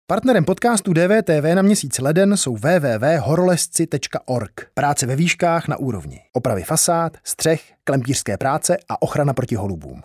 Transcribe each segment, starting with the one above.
Partnerem podcastu DVTV na měsíc leden jsou www.horolezci.org. Práce ve výškách na úrovni. Opravy fasád, střech, klempířské práce a ochrana proti holubům.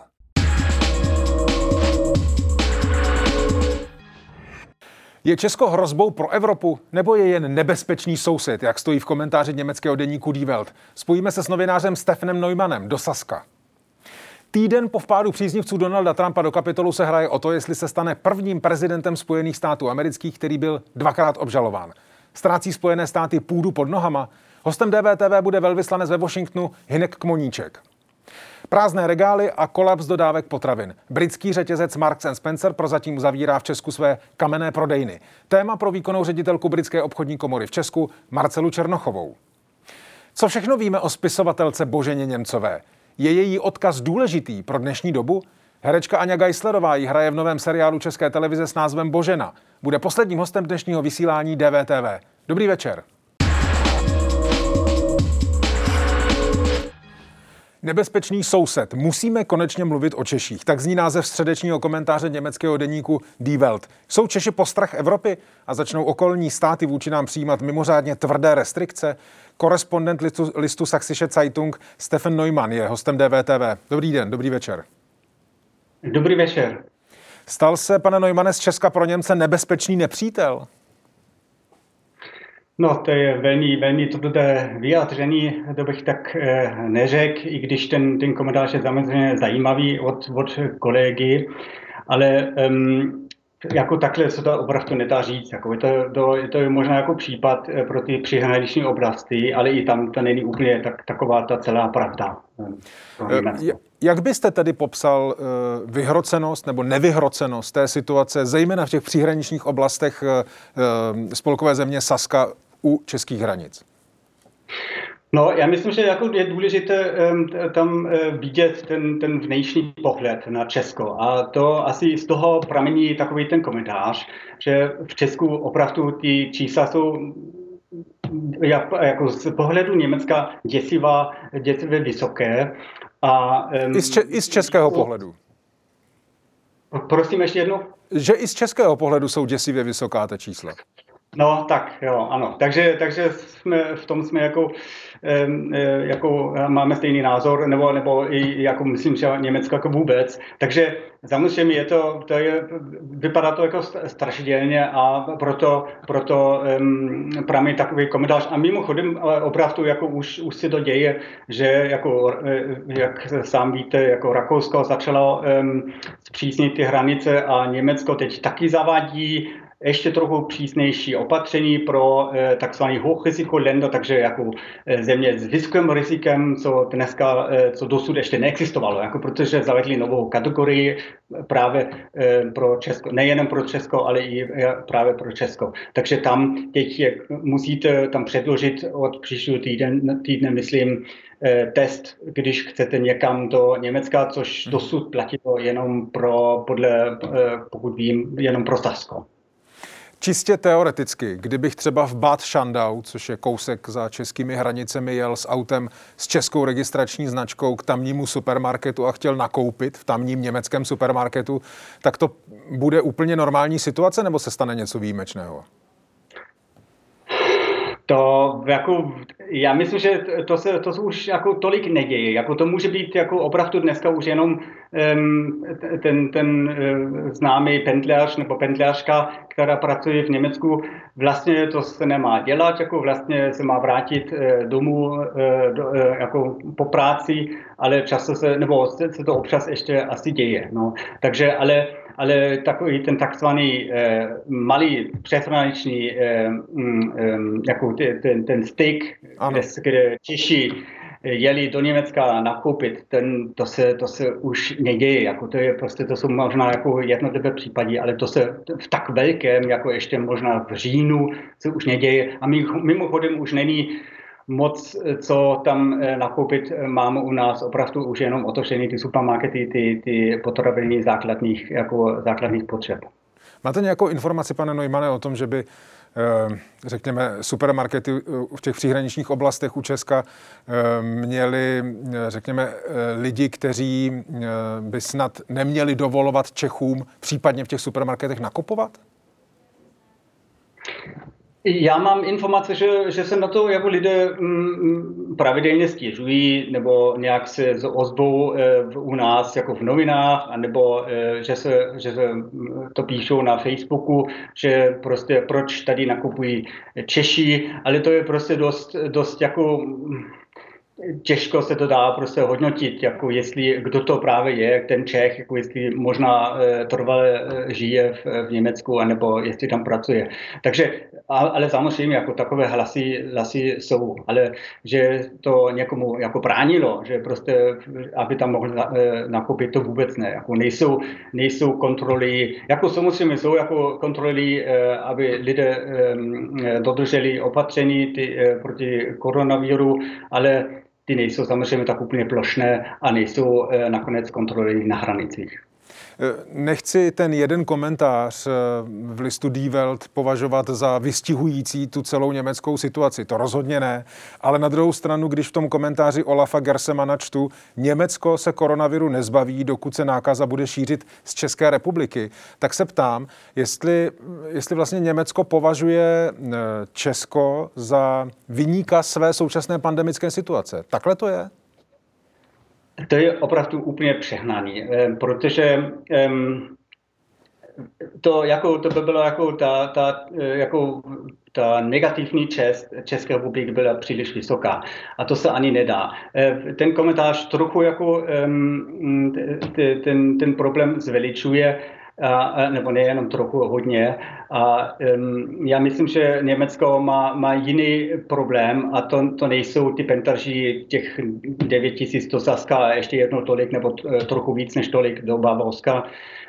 Je Česko hrozbou pro Evropu, nebo je jen nebezpečný soused, jak stojí v komentáři německého deníku Die Welt? Spojíme se s novinářem Stefanem Neumannem do Saska. Týden po vpádu příznivců Donalda Trumpa do Kapitolu se hraje o to, jestli se stane prvním prezidentem Spojených států amerických, který byl dvakrát obžalován. Ztrácí Spojené státy půdu pod nohama? Hostem DVTV bude velvyslanec ve Washingtonu Hynek Kmoníček. Prázdné regály a kolaps dodávek potravin. Britský řetězec Marks & Spencer prozatím uzavírá v Česku své kamenné prodejny. Téma pro výkonnou ředitelku Britské obchodní komory v Česku Marcelu Černochovou. Co všechno víme o spisovatelce Boženě Němcové? Je její odkaz důležitý pro dnešní dobu? Herečka Aňa Geislerová ji hraje v novém seriálu České televize s názvem Božena. Bude posledním hostem dnešního vysílání DVTV. Dobrý večer. Nebezpečný soused. Musíme konečně mluvit o Češích. Tak zní název středečního komentáře německého deníku Die Welt. Jsou Češi postrach Evropy a začnou okolní státy vůči nám přijímat mimořádně tvrdé restrikce? Korespondent listu Sächsische Zeitung Stefan Neumann je hostem DVTV. Dobrý den, dobrý večer. Dobrý večer. Stal se, pane Neumanne, z Česka pro Němce nebezpečný nepřítel? No, to je velmi tvrdé vyjádření, to bych tak neřekl, i když ten komentář je samozřejmě zajímavý od kolegy, ale jako takhle se to opravdu nedá říct. Jako to je možná jako případ pro ty přihraniční oblasti, ale i tam to není úplně taková ta celá pravda. Jak byste tedy popsal vyhrocenost nebo nevyhrocenost té situace, zejména v těch příhraničních oblastech spolkové země Saska u českých hranic? No, já myslím, že jako je důležité tam vidět ten vnější pohled na Česko. A to asi z toho pramení takový ten komentář, že v Česku opravdu ty čísla jsou jako z pohledu Německa děsivě vysoké. A, I z českého pohledu. Prosím ještě jednou? Že i z českého pohledu jsou děsivě vysoká ta čísla. No tak jo, ano. Takže jsme jako máme stejný názor, nebo i jako myslím, že Německo jako vůbec. Takže samozřejmě vypadá to jako strašidelně a proto pramení takový komentář. A mimochodem opravdu jako už se to děje, že jako jak sám víte, jako Rakousko začalo zpřísnit ty hranice a Německo teď taky zavádí ještě trochu přísnější opatření pro takzvaný Hochrisikoländer, takže jako země s vysokým rizikem, co dosud ještě neexistovalo, jako protože zavedli novou kategorii právě pro Česko, nejenom pro Česko, ale i právě pro Česko. Takže tam teď musíte tam předložit od příštího týdne, myslím, test, když chcete někam do Německa, což dosud platilo jenom pokud vím, jenom pro Sasko. Čistě teoreticky, kdybych třeba v Bad Schandau, což je kousek za českými hranicemi, jel s autem s českou registrační značkou k tamnímu supermarketu a chtěl nakoupit v tamním německém supermarketu, tak to bude úplně normální situace, nebo se stane něco výjimečného? To jako, já myslím, že to se už jako tolik neděje. Jako to může být jako opravdu dneska už jenom ten známý pendlář nebo pendlářka, která pracuje v Německu, vlastně to se nemá dělat, jako vlastně se má vrátit domů jako po práci, ale často se to občas ještě asi děje. No. Takže ale takový ten takzvaný malý přeshraniční jako ten styk, kde Češi jeli do Německa nakoupit, to se už neděje. Jako to jsou možná jako jednotlivé případy, ale to se v tak velkém, jako ještě možná v říjnu, se už neděje. A mimochodem už není moc, co tam nakoupit. Máme u nás opravdu už jenom otevřený ty supermarkety, ty potraviny základních potřeb. Máte nějakou informaci, pane Neumanne, o tom, že by řekněme, supermarkety v těch příhraničních oblastech u Česka měli, řekněme, lidi, kteří by snad neměli dovolovat Čechům případně v těch supermarketech nakupovat? Já mám informace, že se na to jako lidé pravidelně stěžují, nebo nějak se ozvou u nás jako v novinách, anebo že se to píšou na Facebooku, že prostě proč tady nakupují Češi, ale to je prostě dost jako těžko se to dá prostě hodnotit, jako jestli, kdo to právě je, ten Čech, jako jestli možná trvale žije v Německu, anebo jestli tam pracuje. Takže, ale samozřejmě jako takové hlasy jsou, ale že to někomu jako bránilo, že prostě, aby tam mohl nakoupit, to vůbec ne. Jako nejsou kontroly, jako samozřejmě jsou jako kontroly, aby lidé dodrželi opatření proti koronaviru, ale ty nejsou samozřejmě tak úplně plošné a nejsou nakonec kontroly na hranicích. Nechci ten jeden komentář v listu Die Welt považovat za vystihující tu celou německou situaci. To rozhodně ne. Ale na druhou stranu, když v tom komentáři Olafa Gersemana čtu, Německo se koronaviru nezbaví, dokud se nákaza bude šířit z České republiky, tak se ptám, jestli vlastně Německo považuje Česko za viníka své současné pandemické situace. Takhle to je? To je opravdu úplně přehnaný, protože to by bylo jako ta negativní část České republiky byla příliš vysoká. A to se ani nedá. Ten komentář trochu jako ten problém zveličuje, nebo nejenom trochu, hodně. A já myslím, že Německo má jiný problém a to nejsou ty pentarží těch 9 000 do Saska a ještě jednou tolik nebo trochu víc než tolik do Bavorska.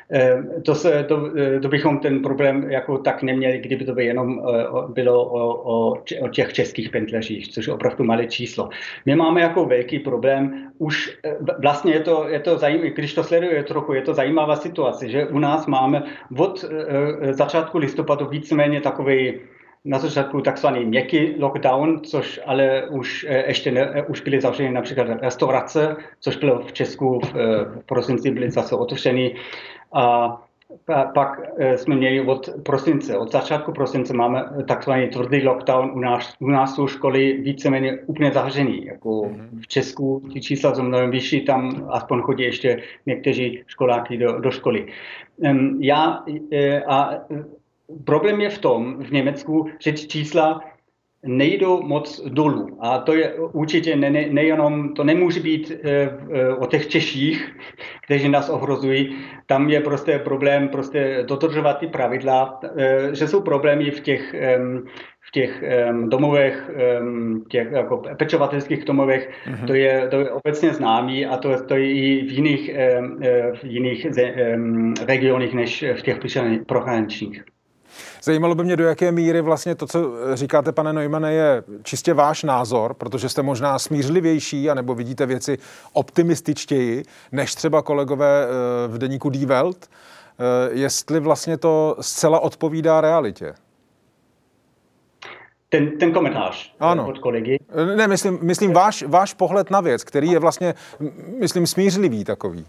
To bychom ten problém jako tak neměli, kdyby to by jenom bylo o těch českých pendleřích, což je opravdu malé číslo. My máme jako velký problém, už vlastně je to zajímavé, když to sleduje trochu, je to zajímavá situace, že u nás máme od začátku listopadu víceméně takový na začátku takzvaný měkký lockdown, což ale už už byly zavřeny například restaurace, což bylo v Česku v prosinci byly zase otevřeny. A pak jsme měli od začátku prosince máme takzvaný tvrdý lockdown, u nás jsou školy víceméně úplně zavřený. Jako v Česku ty čísla jsou mnohem vyšší, tam aspoň chodí ještě někteří školáky do školy. Problém je v tom, v Německu, že čísla nejdou moc dolů. A to je určitě nejenom, to nemůže být o těch Češích, kteří nás ohrozují. Tam je prostě problém dodržovat ty pravidla, že jsou problémy v těch domovech, těch jako pečovatelských domovech, to je obecně známý a to je i v jiných regionech než v těch prohraničních. Zajímalo by mě, do jaké míry vlastně to, co říkáte, pane Neumane, je čistě váš názor, protože jste možná smířlivější, anebo vidíte věci optimističtěji, než třeba kolegové v deníku Die Welt, jestli vlastně to zcela odpovídá realitě. Ten komentář od kolegy? Ne, myslím váš pohled na věc, který je vlastně, myslím, smířlivý takový.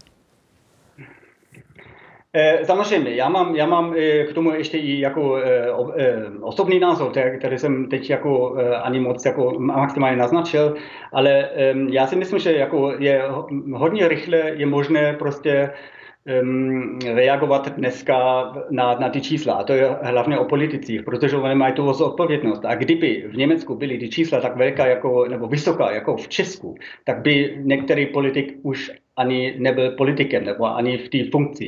Samozřejmě, já mám k tomu ještě i jako osobní názor, který jsem teď jako ani moc jako maximálně naznačil, ale já si myslím, že jako je hodně rychle je možné prostě reagovat dneska na ty čísla. A to je hlavně o politicích, protože oni mají tu odpovědnost. A kdyby v Německu byly ty čísla tak velká nebo vysoká jako v Česku, tak by některý politik už ani nebyl politikem, nebo ani v té funkci.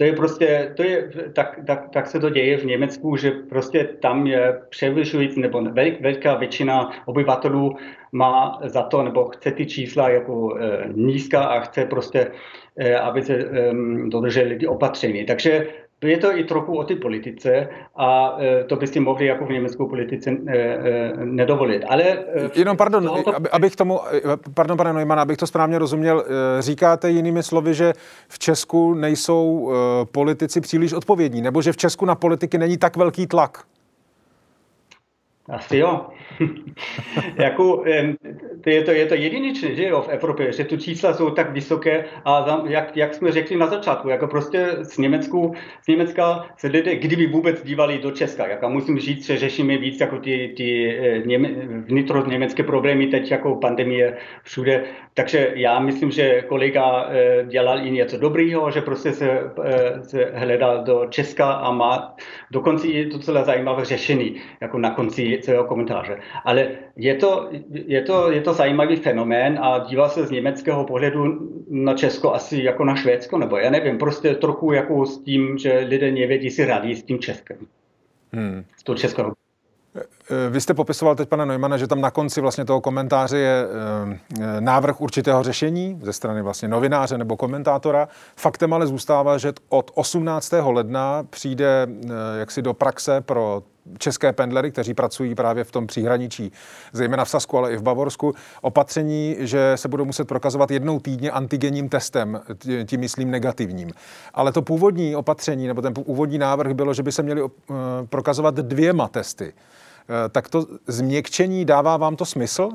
Tak se to děje v Německu, že prostě tam je převyšující, nebo velká většina obyvatelů má za to, nebo chce ty čísla jako nízká a chce prostě, aby se dodrželi ty opatření. Takže je to i trochu o té politice a to by si mohli jako v německou politice nedovolit. Ale jenom pardon, pane Neumann, abych to správně rozuměl, říkáte jinými slovy, že v Česku nejsou politici příliš odpovědní, nebo že v Česku na politiky není tak velký tlak? Asi jo. Jako, je to jedinečné, že jo, v Evropě, že tu čísla jsou tak vysoké a jak jsme řekli na začátku, jako prostě z Německa se lidé, kdyby vůbec dívali do Česka, jako musím říct, že řešíme víc jako ty vnitroněmecké problémy teď jako pandemie všude, takže já myslím, že kolega dělal i něco dobrýho, že prostě se hledal do Česka a má dokonce i docela zajímavé řešení, jako na konci celého komentáře. Ale je to zajímavý fenomén a dívá se z německého pohledu na Česko asi jako na Švédsko, nebo já nevím, prostě trochu jako s tím, že lidé nevědí si radí s tím Českem. S tou Českou. Vy jste popisoval teď, pane Neumane, že tam na konci vlastně toho komentáře je návrh určitého řešení ze strany vlastně novináře nebo komentátora. Faktem ale zůstává, že od 18. ledna přijde jaksi do praxe pro české pendlery, kteří pracují právě v tom příhraničí, zejména v Sasku, ale i v Bavorsku, opatření, že se budou muset prokazovat jednou týdně antigenním testem, tím myslím negativním. Ale to původní opatření, nebo ten původní návrh bylo, že by se měli prokazovat 2 testy. Tak to změkčení, dává vám to smysl?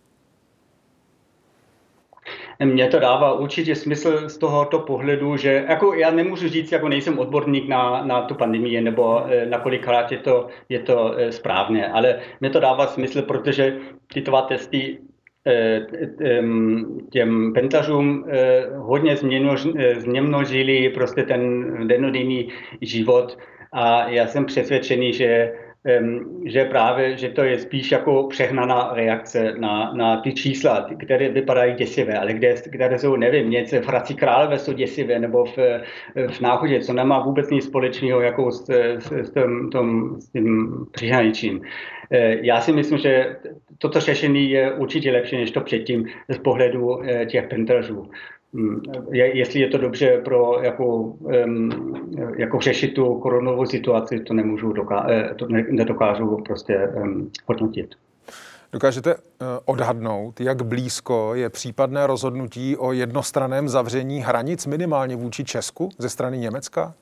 Mně to dává určitě smysl z tohoto pohledu, že jako já nemůžu říct, jako nejsem odborník na tu pandemii, nebo na kolikrát je to správné, ale mě to dává smysl, protože ty 2 testy těm pendlařům hodně změnožili prostě ten dennodenní život a já jsem přesvědčený, že právě, že to je spíš jako přehnaná reakce na ty čísla, které vypadají děsivé, ale které jsou, nevím, něco v Hradci Králové jsou děsivé, nebo v Náchodě, co nemá vůbec nic společného jako s tím příhraničím. Já si myslím, že toto řešení je určitě lepší než to předtím z pohledu těch pendlařů. Jestli je to dobře pro jako řešit tu koronovou situaci, to nedokážu prostě hodnotit. Dokážete odhadnout, jak blízko je případné rozhodnutí o jednostranném zavření hranic minimálně vůči Česku ze strany Německa?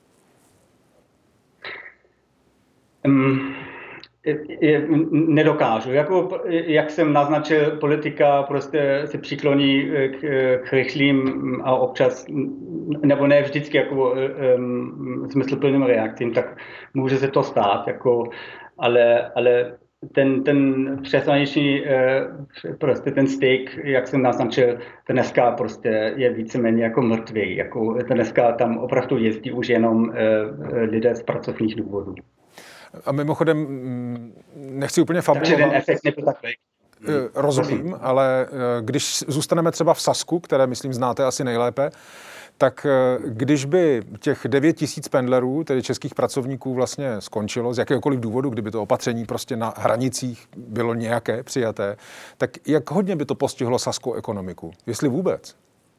Nedokážu. Jak jsem naznačil, politika prostě se přikloní k rychlým a občas, nebo ne vždycky jako smysluplným reakcím, tak může se to stát, ale ten přeshraniční prostě ten styk, jak jsem naznačil, ten dneska prostě je víceméně jako mrtvý. Jako dneska tam opravdu jezdí už jenom lidé z pracovních důvodů. A mimochodem, nechci úplně fabulovat. Takže ten efekt nebyl takový. Rozumím, ale když zůstaneme třeba v Sasku, které, myslím, znáte asi nejlépe, tak když by těch 9 000 pendlerů, tedy českých pracovníků, vlastně skončilo z jakéhokoliv důvodu, kdyby to opatření prostě na hranicích bylo nějaké přijaté, tak jak hodně by to postihlo saskou ekonomiku? Jestli vůbec?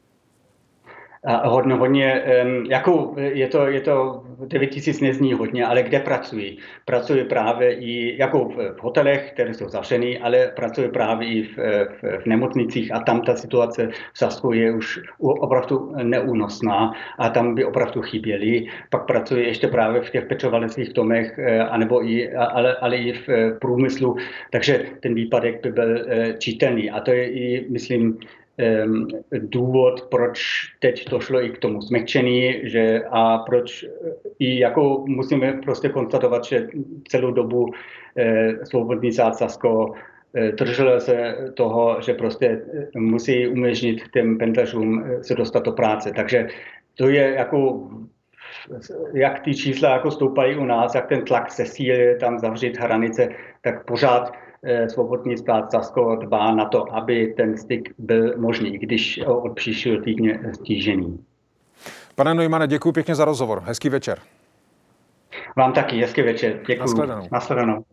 Hodně, jako je to 9 000 nezní hodně, ale kde pracují? Pracují právě i jako v hotelech, které jsou zavřený, ale pracují právě i v nemocnicích a tam ta situace v Sasku je už opravdu neúnosná a tam by opravdu chyběli. Pak pracují ještě právě v těch pečovaleckých domech, ale i v průmyslu, takže ten výpadek by byl čitelný a to je i, myslím, důvod, proč teď došlo i k tomu změkčení, a proč i jako musíme prostě konstatovat, že celou dobu Svobodný stát Sasko držel se toho, že prostě musí umožnit těm pendlařům se dostat do práce. Takže to je jako, jak ty čísla jako stoupají u nás, jak ten tlak se síly tam zavřít hranice, tak pořád Svobodný stát Sasko dbá na to, aby ten styk byl možný, když od příštího týdne stížený. Pane Neumane, děkuji pěkně za rozhovor. Hezký večer. Vám taky, hezký večer. Děkuji. Nashledanou.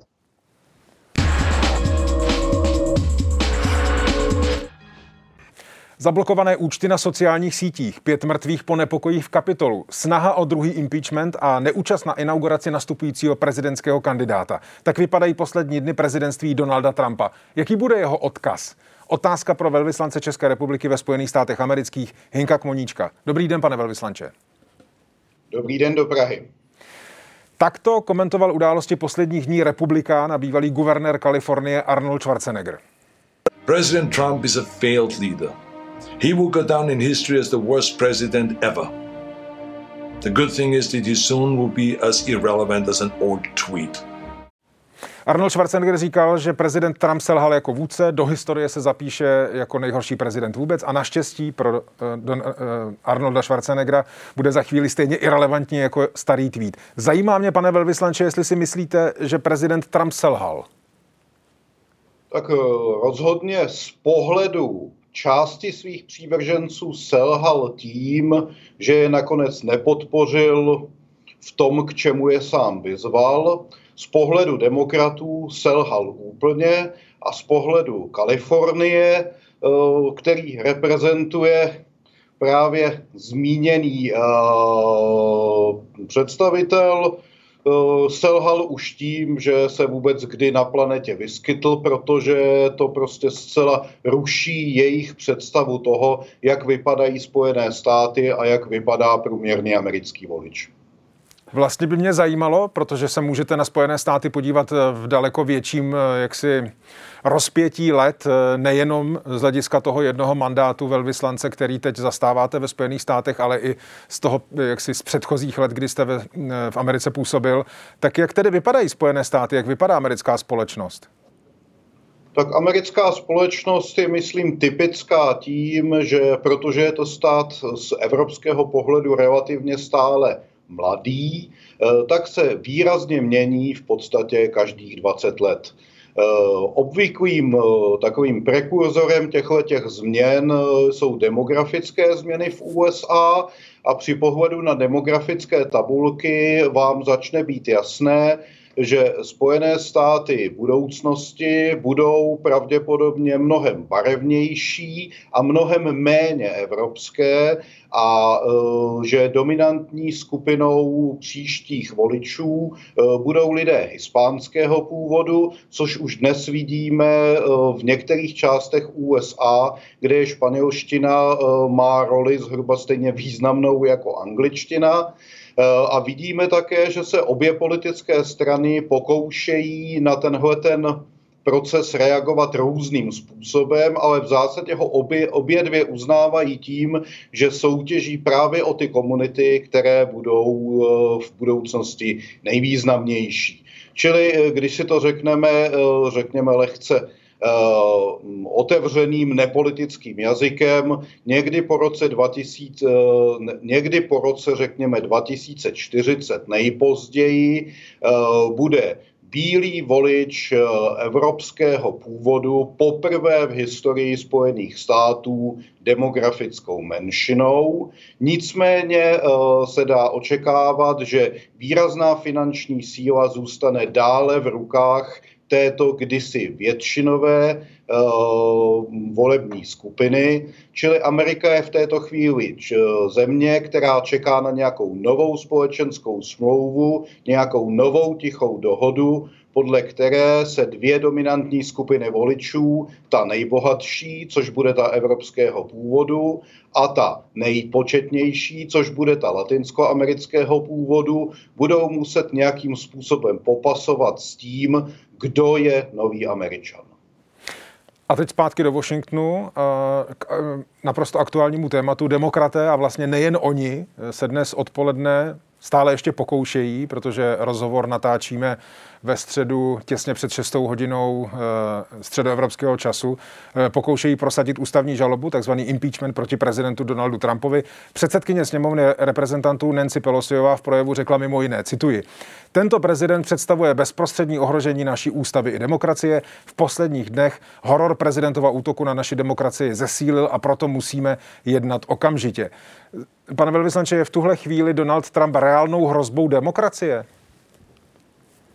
Zablokované účty na sociálních sítích, 5 mrtvých po nepokojích v Kapitolu, snaha o druhý impeachment a neúčast na inauguraci nastupujícího prezidentského kandidáta. Tak vypadají poslední dny prezidentství Donalda Trumpa. Jaký bude jeho odkaz? Otázka pro velvyslance České republiky ve Spojených státech amerických Hinka Kmoníčka. Dobrý den, pane velvyslanče. Dobrý den do Prahy. Takto komentoval události posledních dní republikán a bývalý guvernér Kalifornie Arnold Schwarzenegger. President Trump is a failed leader. He will go down in history as the worst president ever. The good thing is that he soon will be as irrelevant as an old tweet. Arnold Schwarzenegger říkal, že prezident Trump selhal jako vůdce, do historie se zapíše jako nejhorší prezident vůbec a naštěstí pro Arnolda Schwarzeneggera bude za chvíli stejně irelevantní jako starý tweet. Zajímá mě, pane velvyslanče, jestli si myslíte, že prezident Trump selhal? Tak rozhodně z pohledu části svých přívrženců selhal tím, že je nakonec nepodpořil v tom, k čemu je sám vyzval. Z pohledu demokratů selhal úplně a z pohledu Kalifornie, který reprezentuje právě zmíněný představitel, selhal už tím, že se vůbec kdy na planetě vyskytl, protože to prostě zcela ruší jejich představu toho, jak vypadají Spojené státy a jak vypadá průměrný americký volič. Vlastně by mě zajímalo, protože se můžete na Spojené státy podívat v daleko větším jaksi rozpětí let, nejenom z hlediska toho jednoho mandátu velvyslance, který teď zastáváte ve Spojených státech, ale i z toho jaksi z předchozích let, kdy jste v Americe působil. Tak jak tedy vypadají Spojené státy, jak vypadá americká společnost? Tak americká společnost je, myslím, typická tím, že protože je to stát z evropského pohledu relativně stále mladý, tak se výrazně mění v podstatě každých 20 let. Obvyklým takovým prekurzorem těchto změn jsou demografické změny v USA a při pohledu na demografické tabulky vám začne být jasné, že Spojené státy budoucnosti budou pravděpodobně mnohem barevnější a mnohem méně evropské a že dominantní skupinou příštích voličů budou lidé hispánského původu, což už dnes vidíme v některých částech USA, kde španělština má roli zhruba stejně významnou jako angličtina. A vidíme také, že se obě politické strany pokoušejí na ten proces reagovat různým způsobem, ale v zásadě ho obě dvě uznávají tím, že soutěží právě o ty komunity, které budou v budoucnosti nejvýznamnější. Čili když si to řekněme lehce otevřeným nepolitickým jazykem, někdy po roce řekněme 2040 nejpozději bude bílý volič evropského původu poprvé v historii Spojených států demografickou menšinou. Nicméně se dá očekávat, že výrazná finanční síla zůstane dále v rukách této kdysi většinové volební skupiny, čili Amerika je v této chvíli země, která čeká na nějakou novou společenskou smlouvu, nějakou novou tichou dohodu, podle které se dvě dominantní skupiny voličů, ta nejbohatší, což bude ta evropského původu, a ta nejpočetnější, což bude ta latinskoamerického původu, budou muset nějakým způsobem popasovat s tím, kdo je nový Američan. A teď zpátky do Washingtonu k naprosto aktuálnímu tématu. Demokraté, a vlastně nejen oni, se dnes odpoledne stále ještě pokoušejí, protože rozhovor natáčíme ve středu těsně před 6 hodinou středoevropského času, pokoušejí prosadit ústavní žalobu, takzvaný impeachment proti prezidentu Donaldu Trumpovi. Předsedkyně sněmovny reprezentantů Nancy Pelosiová v projevu řekla mimo jiné, cituji: "Tento prezident představuje bezprostřední ohrožení naší ústavy i demokracie. V posledních dnech horor prezidentova útoku na naši demokracii zesílil a proto musíme jednat okamžitě." Pane velvyslanče, je v tuhle chvíli Donald Trump reálnou hrozbou demokracie?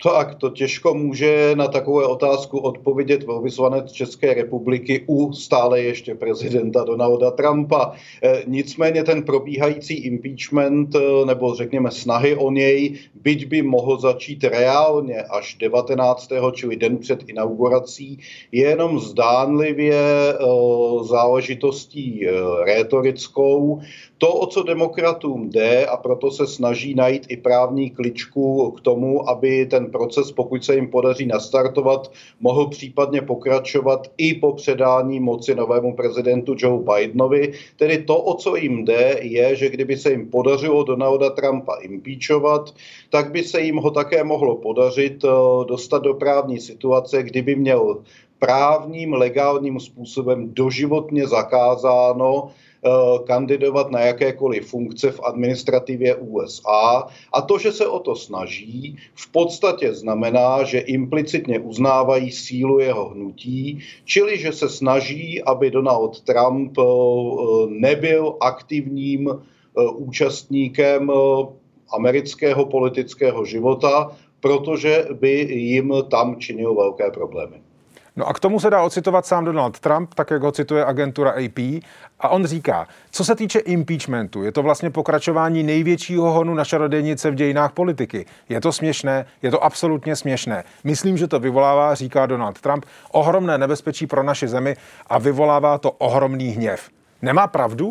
Tak, to těžko může na takovou otázku odpovědět velvyslanec České republiky u stále ještě prezidenta Donalda Trumpa. Nicméně ten probíhající impeachment, nebo řekněme snahy o něj, byť by mohl začít reálně až 19. čili den před inaugurací, je jenom zdánlivě záležitostí rétorickou. To, o co demokratům jde, a proto se snaží najít i právní kličku k tomu, aby ten proces, pokud se jim podaří nastartovat, mohl případně pokračovat i po předání moci novému prezidentu Joe Bidenovi. Tedy to, o co jim jde, je, že kdyby se jim podařilo Donalda Trumpa impeachovat, tak by se jim ho také mohlo podařit dostat do právní situace, kdyby měl právním, legálním způsobem doživotně zakázáno kandidovat na jakékoliv funkce v administrativě USA. A to, že se o to snaží, v podstatě znamená, že implicitně uznávají sílu jeho hnutí, čili že se snaží, aby Donald Trump nebyl aktivním účastníkem amerického politického života, protože by jim tam činil velké problémy. No a k tomu se dá ocitovat sám Donald Trump, tak jak ho cituje agentura AP, a on říká, co se týče impeachmentu, je to vlastně pokračování největšího honu na čarodějnice v dějinách politiky. Je to směšné, je to absolutně směšné. Myslím, že to vyvolává, říká Donald Trump, ohromné nebezpečí pro naši zemi a vyvolává to ohromný hněv. Nemá pravdu?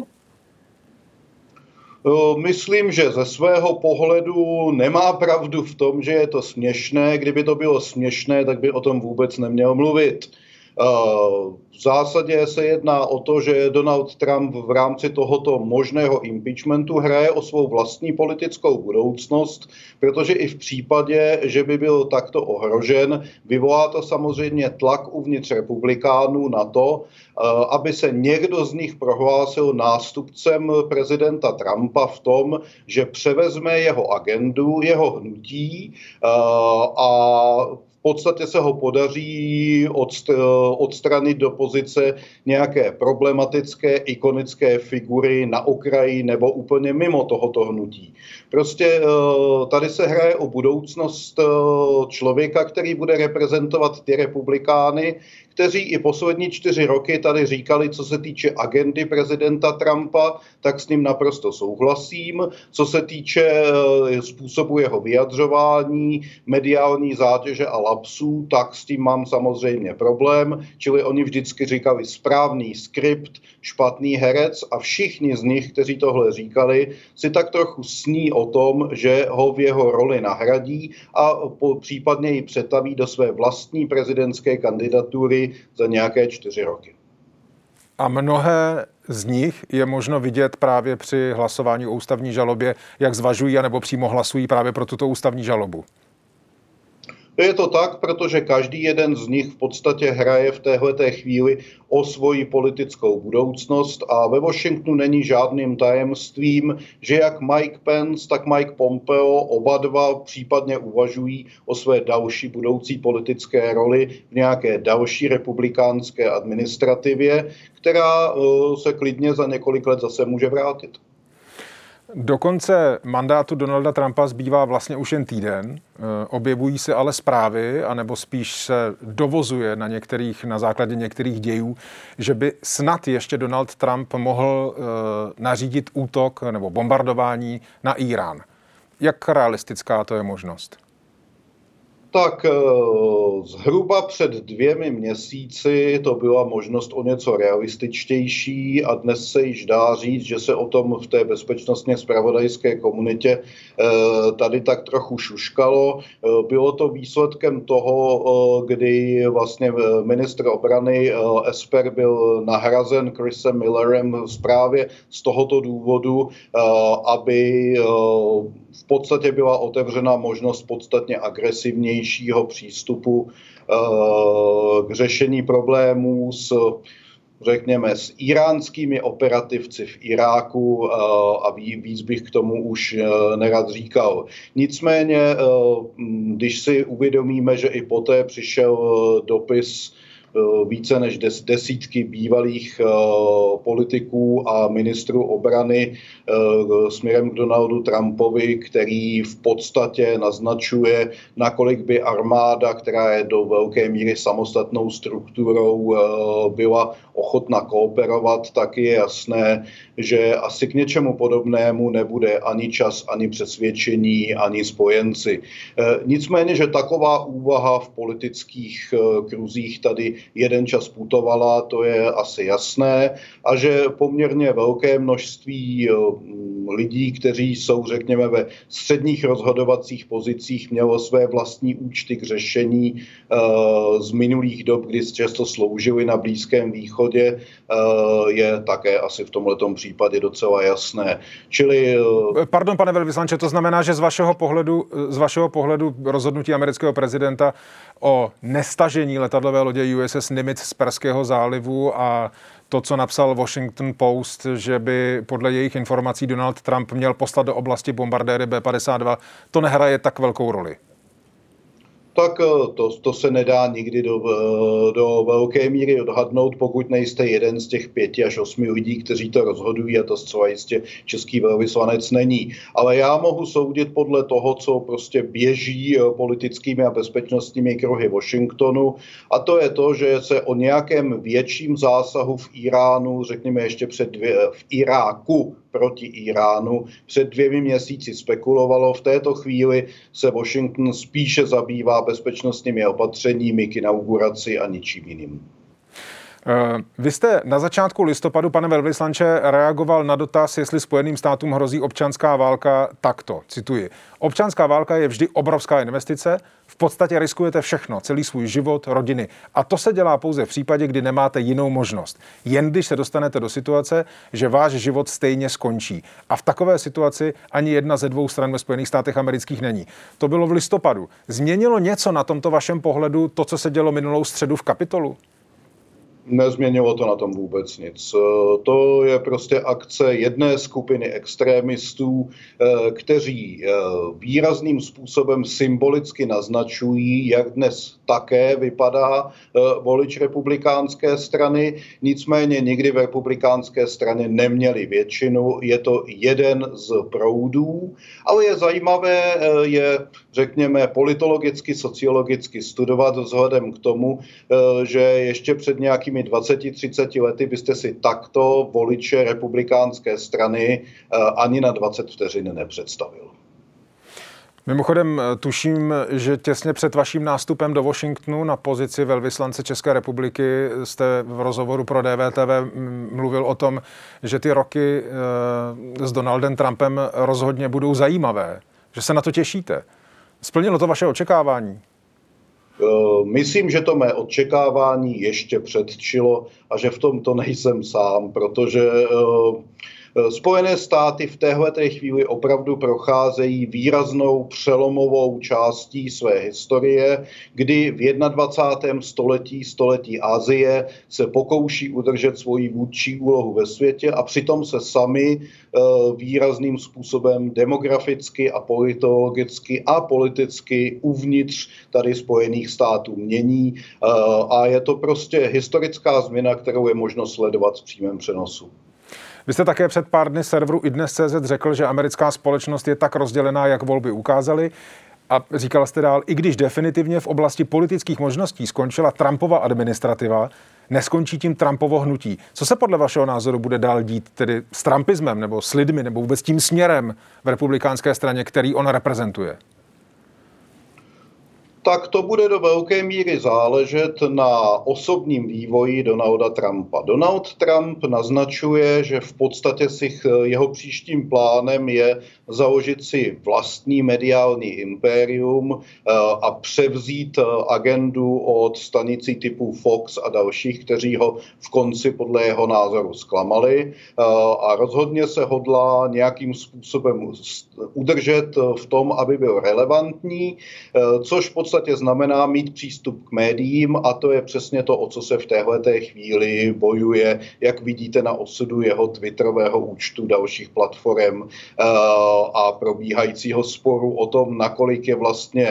Myslím, že ze svého pohledu nemá pravdu v tom, že je to směšné. Kdyby to bylo směšné, tak by o tom vůbec neměl mluvit. V zásadě se jedná o to, že Donald Trump v rámci tohoto možného impeachmentu hraje o svou vlastní politickou budoucnost, protože i v případě, že by byl takto ohrožen, vyvolá to samozřejmě tlak uvnitř republikánů na to, aby se někdo z nich prohlásil nástupcem prezidenta Trumpa v tom, že převezme jeho agendu, jeho hnutí a v podstatě se ho podaří odstranit do pozice nějaké problematické, ikonické figury na okraji nebo úplně mimo tohoto hnutí. Prostě tady se hraje o budoucnost člověka, který bude reprezentovat ty republikány, kteří i poslední 4 roky tady říkali, co se týče agendy prezidenta Trumpa, tak s ním naprosto souhlasím. Co se týče způsobu jeho vyjadřování, mediální zátěže a lapsů, tak s tím mám samozřejmě problém. Čili oni vždycky říkali správný skript, špatný herec a všichni z nich, kteří tohle říkali, si tak trochu sní o tom, že ho v jeho roli nahradí a případně ji přetaví do své vlastní prezidentské kandidatury za nějaké 4 roky. A mnohé z nich je možno vidět právě při hlasování o ústavní žalobě, jak zvažují anebo přímo hlasují právě pro tuto ústavní žalobu. Je to tak, protože každý jeden z nich v podstatě hraje v téhleté chvíli o svoji politickou budoucnost a ve Washingtonu není žádným tajemstvím, že jak Mike Pence, tak Mike Pompeo oba dva případně uvažují o své další budoucí politické roli v nějaké další republikánské administrativě, která se klidně za několik let zase může vrátit. Do konce mandátu Donalda Trumpa zbývá vlastně už jen týden. Objevují se ale zprávy, anebo spíš se dovozuje na základě některých dějů, že by snad ještě Donald Trump mohl nařídit útok nebo bombardování na Írán. Jak realistická to je možnost? Tak zhruba před 2 měsíci to byla možnost o něco realističtější a dnes se již dá říct, že se o tom v té bezpečnostně zpravodajské komunitě tady tak trochu šuškalo. Bylo to výsledkem toho, kdy vlastně ministr obrany Esper byl nahrazen Chrisem Millerem právě z tohoto důvodu, aby v podstatě byla otevřena možnost podstatně agresivnějšího přístupu k řešení problémů řekněme, s iránskými operativci v Iráku a víc bych k tomu už nerad říkal. Nicméně, když si uvědomíme, že i poté přišel dopis více než desítky bývalých politiků a ministrů obrany směrem k Donaldu Trumpovi, který v podstatě naznačuje, nakolik by armáda, která je do velké míry samostatnou strukturou, byla ochotna kooperovat, tak je jasné, že asi k něčemu podobnému nebude ani čas, ani přesvědčení, ani spojenci. Nicméně, že taková úvaha v politických kruzích tady jeden čas putovala, to je asi jasné, a že poměrně velké množství lidí, kteří jsou, řekněme, ve středních rozhodovacích pozicích, mělo své vlastní účty k řešení z minulých dob, kdy často sloužili na Blízkém východě, je také asi v tomhletom případě docela jasné. Čili... Pardon, pane velvyslanče, to znamená, že z vašeho pohledu rozhodnutí amerického prezidenta o nestažení letadlové lodě USS Nimitz z Perského zálivu a to, co napsal Washington Post, že by podle jejich informací Donald Trump měl poslat do oblasti bombardéry B-52, to nehraje tak velkou roli? Tak to se nedá nikdy do velké míry odhadnout, pokud nejste jeden z těch 5 až 8 lidí, kteří to rozhodují, a to zcela jistě český velvyslanec není. Ale já mohu soudit podle toho, co prostě běží politickými a bezpečnostními kruhy Washingtonu, a to je to, že se o nějakém větším zásahu v Iránu, řekněme ještě v Iráku proti Iránu, před 2 měsíci spekulovalo. V této chvíli se Washington spíše zabývá bezpečnostními opatřeními k inauguraci a ničím jiným. Vy jste na začátku listopadu, pane velvyslanče, reagoval na dotaz, jestli Spojeným státům hrozí občanská válka takto, cituji. Občanská válka je vždy obrovská investice, v podstatě riskujete všechno, celý svůj život, rodiny. A to se dělá pouze v případě, kdy nemáte jinou možnost. Jen když se dostanete do situace, že váš život stejně skončí. A v takové situaci ani jedna ze 2 stran ve Spojených státech amerických není. To bylo v listopadu. Změnilo něco na tomto vašem pohledu to, co se dělo minulou středu v Kapitolu? Nezměnilo to na tom vůbec nic. To je prostě akce jedné skupiny extrémistů, kteří výrazným způsobem symbolicky naznačují, jak dnes také vypadá volič republikánské strany. Nicméně nikdy v republikánské straně neměli většinu. Je to jeden z proudů, ale je zajímavé řekněme, politologicky, sociologicky studovat vzhledem k tomu, že ještě před nějakými 20-30 lety byste si takto voliče republikánské strany ani na 20 vteřin nepředstavil. Mimochodem tuším, že těsně před vaším nástupem do Washingtonu na pozici velvyslance České republiky jste v rozhovoru pro DVTV mluvil o tom, že ty roky s Donaldem Trumpem rozhodně budou zajímavé, že se na to těšíte. Splnilo to vaše očekávání? Myslím, že to mé očekávání ještě předčilo a že v tom to nejsem sám, protože Spojené státy v téhleté chvíli opravdu procházejí výraznou přelomovou částí své historie, kdy v 21. století Asie se pokouší udržet svoji vůdčí úlohu ve světě a přitom se sami výrazným způsobem demograficky a politologicky a politicky uvnitř tady Spojených států mění a je to prostě historická změna, kterou je možno sledovat v přímém přenosu. Vy jste také před pár dny serveru iDnes.cz řekl, že americká společnost je tak rozdělená, jak volby ukázaly. A říkal jste dál, i když definitivně v oblasti politických možností skončila Trumpova administrativa, neskončí tím Trumpovo hnutí. Co se podle vašeho názoru bude dál dít tedy s trumpismem nebo s lidmi nebo vůbec tím směrem v republikánské straně, který on reprezentuje? Tak to bude do velké míry záležet na osobním vývoji Donalda Trumpa. Donald Trump naznačuje, že v podstatě jeho příštím plánem je založit si vlastní mediální impérium a převzít agendu od stanicí typu Fox a dalších, kteří ho v konci podle jeho názoru zklamali a rozhodně se hodlá nějakým způsobem udržet v tom, aby byl relevantní, což v podstatě znamená mít přístup k médiím a to je přesně to, o co se v téhleté chvíli bojuje, jak vidíte na osudu jeho twitterového účtu, dalších platform a probíhajícího sporu o tom, nakolik je vlastně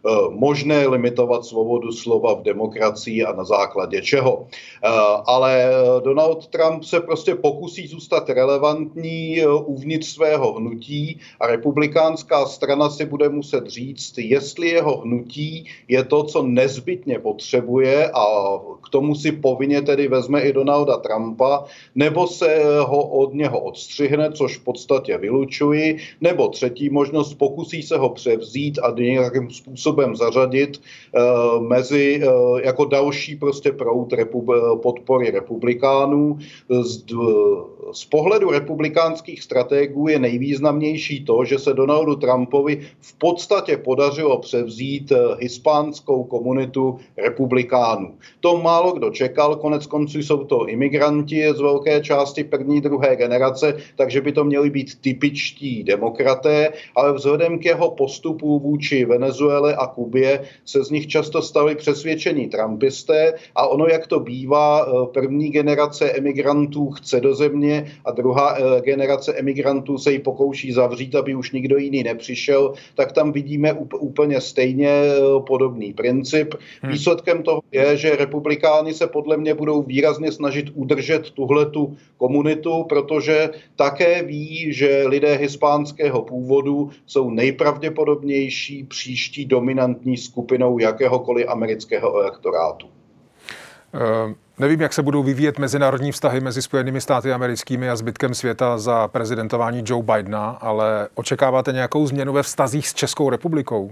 možné limitovat svobodu slova v demokracii a na základě čeho. Ale Donald Trump se prostě pokusí zůstat relevantní uvnitř svého hnutí a republikánská strana si bude muset říct, jestli jeho hnutí je to, co nezbytně potřebuje a k tomu si povinně tedy vezme i Donalda Trumpa, nebo se ho od něho odstřihne, což v podstatě vylučuji, nebo třetí možnost, pokusí se ho převzít a nějakým způsobem zařadit mezi jako další prostě proud podpory republikánů. Z pohledu republikánských strategů je nejvýznamnější to, že se Donaldu Trumpovi v podstatě podařilo převzít hispánskou komunitu republikánů. To málo kdo čekal, konec konců jsou to imigranti z velké části první, druhé generace, takže by to měli být typičtí demokraté, ale vzhledem k jeho postupu vůči Venezuele a Kubě se z nich často stali přesvědčení trumpisté a ono, jak to bývá, první generace emigrantů chce do země a druhá generace emigrantů se ji pokouší zavřít, aby už nikdo jiný nepřišel, tak tam vidíme úplně stejně podobný princip. Výsledkem toho je, že republikáni se podle mě budou výrazně snažit udržet tuhletu komunitu, protože také ví, že lidé hispánského původu jsou nejpravděpodobnější příští dominantní skupinou jakéhokoliv amerického elektorátu. Nevím, jak se budou vyvíjet mezinárodní vztahy mezi Spojenými státy americkými a zbytkem světa za prezidentování Joe Bidena, ale očekáváte nějakou změnu ve vztazích s Českou republikou?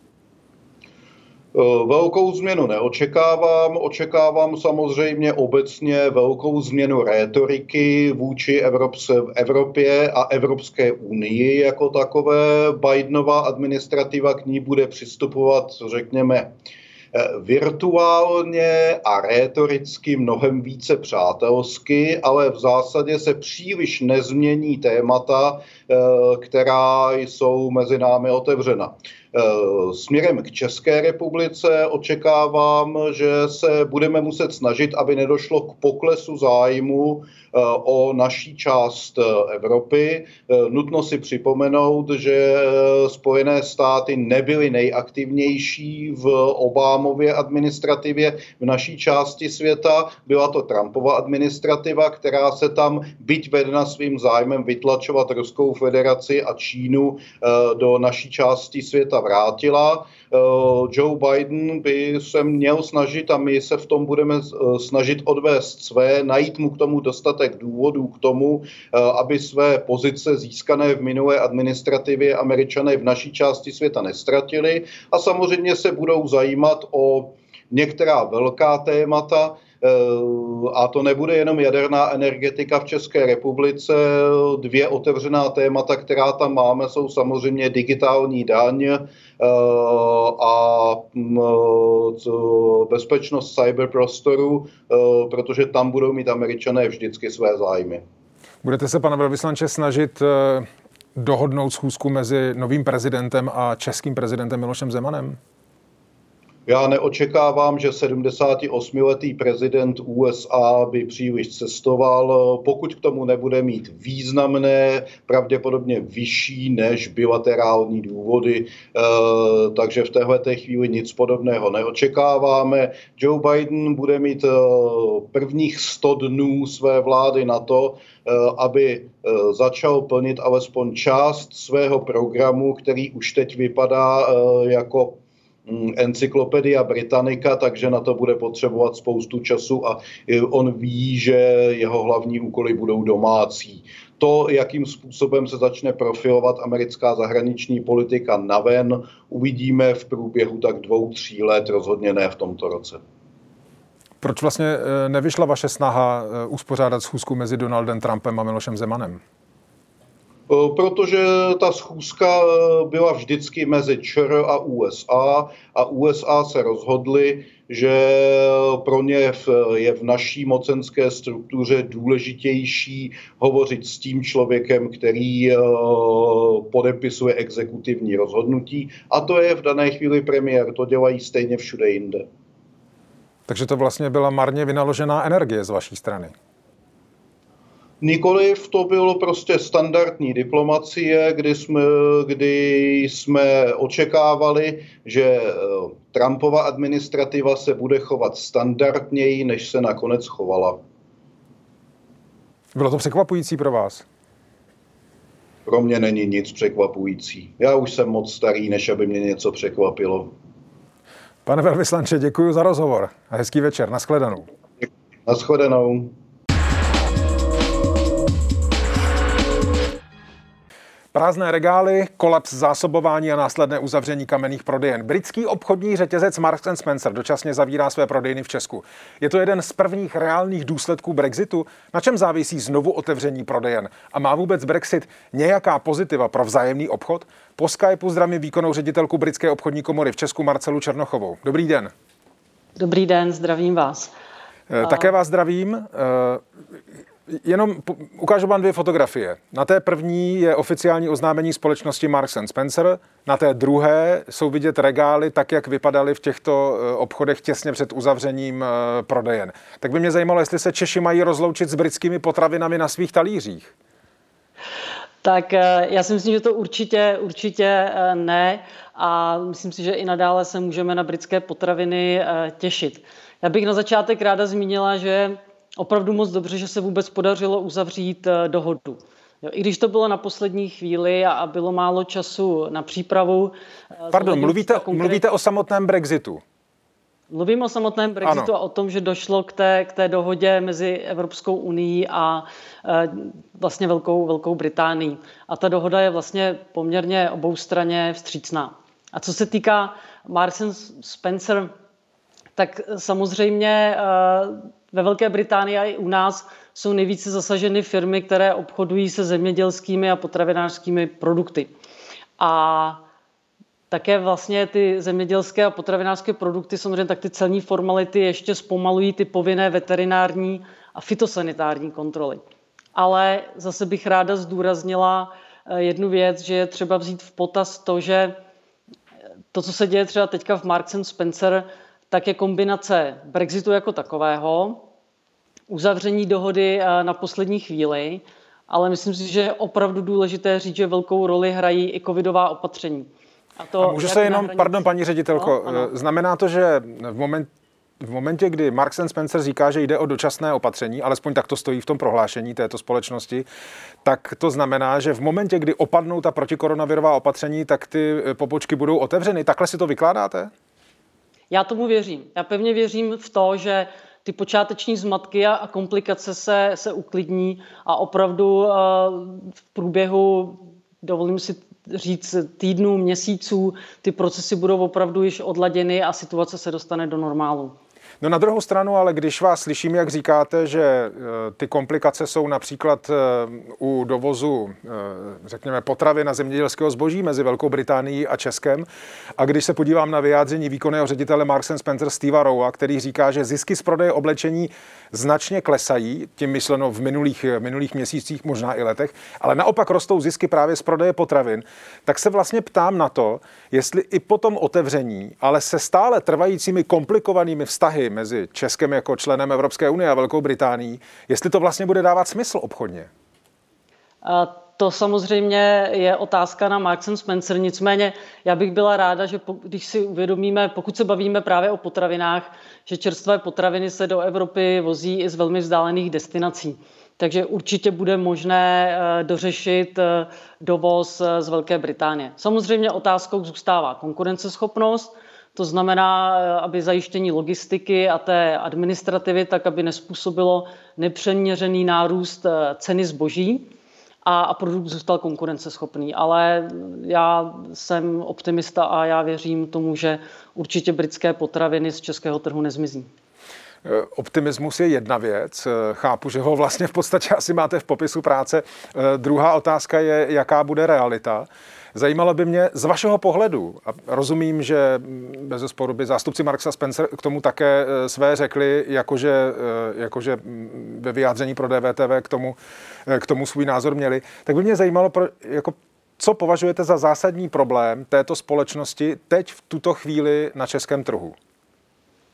Velkou změnu neočekávám. Očekávám samozřejmě obecně velkou změnu rétoriky vůči Evropě a Evropské unii jako takové. Bidenova administrativa k ní bude přistupovat, řekněme, virtuálně a rétoricky mnohem více přátelsky, ale v zásadě se příliš nezmění témata, která jsou mezi námi otevřena. Směrem k České republice očekávám, že se budeme muset snažit, aby nedošlo k poklesu zájmu o naší část Evropy. Nutno si připomenout, že Spojené státy nebyly nejaktivnější v Obamově administrativě v naší části světa. Byla to Trumpova administrativa, která se tam, byť vedena svým zájmem vytlačovat Ruskou federaci a Čínu do naší části světa, vrátila. Joe Biden by se měl snažit a my se v tom budeme snažit odvést své, najít mu k tomu dostatek důvodů k tomu, aby své pozice získané v minulé administrativě Američané v naší části světa nestratili a samozřejmě se budou zajímat o některá velká témata, a to nebude jenom jaderná energetika v České republice. Dvě otevřená témata, která tam máme, jsou samozřejmě digitální daň a bezpečnost cyberprostoru, protože tam budou mít Američané vždycky své zájmy. Budete se, pane velvyslanče, snažit dohodnout schůzku mezi novým prezidentem a českým prezidentem Milošem Zemanem? Já neočekávám, že 78letý prezident USA by příliš cestoval, pokud k tomu nebude mít významné, pravděpodobně vyšší než bilaterální důvody, takže v téhleté chvíli nic podobného neočekáváme. Joe Biden bude mít prvních 100 dnů své vlády na to, aby začal plnit alespoň část svého programu, který už teď vypadá jako Encyklopedia Britannica, takže na to bude potřebovat spoustu času a on ví, že jeho hlavní úkoly budou domácí. To, jakým způsobem se začne profilovat americká zahraniční politika naven, uvidíme v průběhu tak 2-3 let, rozhodně ne v tomto roce. Proč vlastně nevyšla vaše snaha uspořádat schůzku mezi Donaldem Trumpem a Milošem Zemanem? Protože ta schůzka byla vždycky mezi ČR a USA se rozhodli, že pro ně je v naší mocenské struktuře důležitější hovořit s tím člověkem, který podepisuje exekutivní rozhodnutí, a to je v dané chvíli premiér, to dělají stejně všude jinde. Takže to vlastně byla marně vynaložená energie z vaší strany. Nikoliv, to bylo prostě standardní diplomacie, kdy jsme očekávali, že Trumpova administrativa se bude chovat standardněji, než se nakonec chovala. Bylo to překvapující pro vás? Pro mě není nic překvapující. Já už jsem moc starý, než aby mě něco překvapilo. Pane velvyslanče, děkuji za rozhovor a hezký večer. Nashledanou. Nashledanou. Prázdné regály, kolaps zásobování a následné uzavření kamenných prodejen. Britský obchodní řetězec Marks & Spencer dočasně zavírá své prodejny v Česku. Je to jeden z prvních reálných důsledků Brexitu? Na čem závisí znovu otevření prodejen? A má vůbec Brexit nějaká pozitiva pro vzájemný obchod? Po Skypeu zdravím výkonnou ředitelku Britské obchodní komory v Česku Marcelu Černochovou. Dobrý den. Dobrý den, zdravím vás. Také vás zdravím. Jenom ukážu vám 2 fotografie. Na té první je oficiální oznámení společnosti Marks & Spencer, na té druhé jsou vidět regály tak, jak vypadaly v těchto obchodech těsně před uzavřením prodejen. Tak by mě zajímalo, jestli se Češi mají rozloučit s britskými potravinami na svých talířích. Tak já si myslím, že to určitě ne a myslím si, že i nadále se můžeme na britské potraviny těšit. Já bych na začátek ráda zmínila, že opravdu moc dobře, že se vůbec podařilo uzavřít dohodu. Jo, i když to bylo na poslední chvíli a bylo málo času na přípravu. Pardon, mluvíte o samotném Brexitu? Mluvím o samotném Brexitu. Ano. A o tom, že došlo k té dohodě mezi Evropskou unií a vlastně Velkou Británií. A ta dohoda je vlastně poměrně oboustranně vstřícná. A co se týká Marks & Spencer, tak samozřejmě ve Velké Británii a i u nás jsou nejvíce zasaženy firmy, které obchodují se zemědělskými a potravinářskými produkty. A také vlastně ty zemědělské a potravinářské produkty, samozřejmě tak ty celní formality ještě zpomalují ty povinné veterinární a fytosanitární kontroly. Ale zase bych ráda zdůraznila jednu věc, že je třeba vzít v potaz to, že to, co se děje třeba teďka v Marks & Spencer, tak je kombinace Brexitu jako takového, uzavření dohody na poslední chvíli, ale myslím si, že je opravdu důležité říct, že velkou roli hrají i covidová opatření. A můžu se jenom, pardon, paní ředitelko, no, znamená to, že v momentě, kdy Marks & Spencer říká, že jde o dočasné opatření, alespoň tak to stojí v tom prohlášení této společnosti, tak to znamená, že v momentě, kdy opadnou ta protikoronavirová opatření, tak ty pobočky budou otevřeny. Takhle si to vykládáte? Já tomu věřím. Já pevně věřím v to, že ty počáteční zmatky a komplikace se uklidní a opravdu v průběhu, dovolím si říct, týdnů, měsíců, ty procesy budou opravdu již odladěny a situace se dostane do normálu. No na druhou stranu, ale když vás slyším, jak říkáte, že ty komplikace jsou například u dovozu, řekněme, potravin a zemědělského zboží mezi Velkou Británií a Českem, a když se podívám na vyjádření výkonného ředitele Marks & Spencer Steva Rowa, který říká, že zisky z prodeje oblečení značně klesají, tím myšleno v minulých měsících, možná i letech, ale naopak rostou zisky právě z prodeje potravin, tak se vlastně ptám na to, jestli i po tom otevření, ale se stále trvajícími komplikovanými vztahy mezi Českem jako členem Evropské unie a Velkou Británií, jestli to vlastně bude dávat smysl obchodně. To samozřejmě je otázka na Marks & Spencer, nicméně já bych byla ráda, že když si uvědomíme, pokud se bavíme právě o potravinách, že čerstvé potraviny se do Evropy vozí i z velmi vzdálených destinací. Takže určitě bude možné dořešit dovoz z Velké Británie. Samozřejmě otázkou zůstává konkurenceschopnost, to znamená, aby zajištění logistiky a té administrativy, tak aby nespůsobilo nepřeměřený nárůst ceny zboží a produkt zůstal konkurenceschopný. Ale já jsem optimista a já věřím tomu, že určitě britské potraviny z českého trhu nezmizí. Optimismus je jedna věc. Chápu, že ho vlastně v podstatě asi máte v popisu práce. Druhá otázka je, jaká bude realita. Zajímalo by mě z vašeho pohledu, a rozumím, že bezesporu by zástupci Marksa Spencer k tomu také své řekli, jakože ve vyjádření pro DVTV k tomu svůj názor měli, tak by mě zajímalo, co považujete za zásadní problém této společnosti teď v tuto chvíli na českém trhu?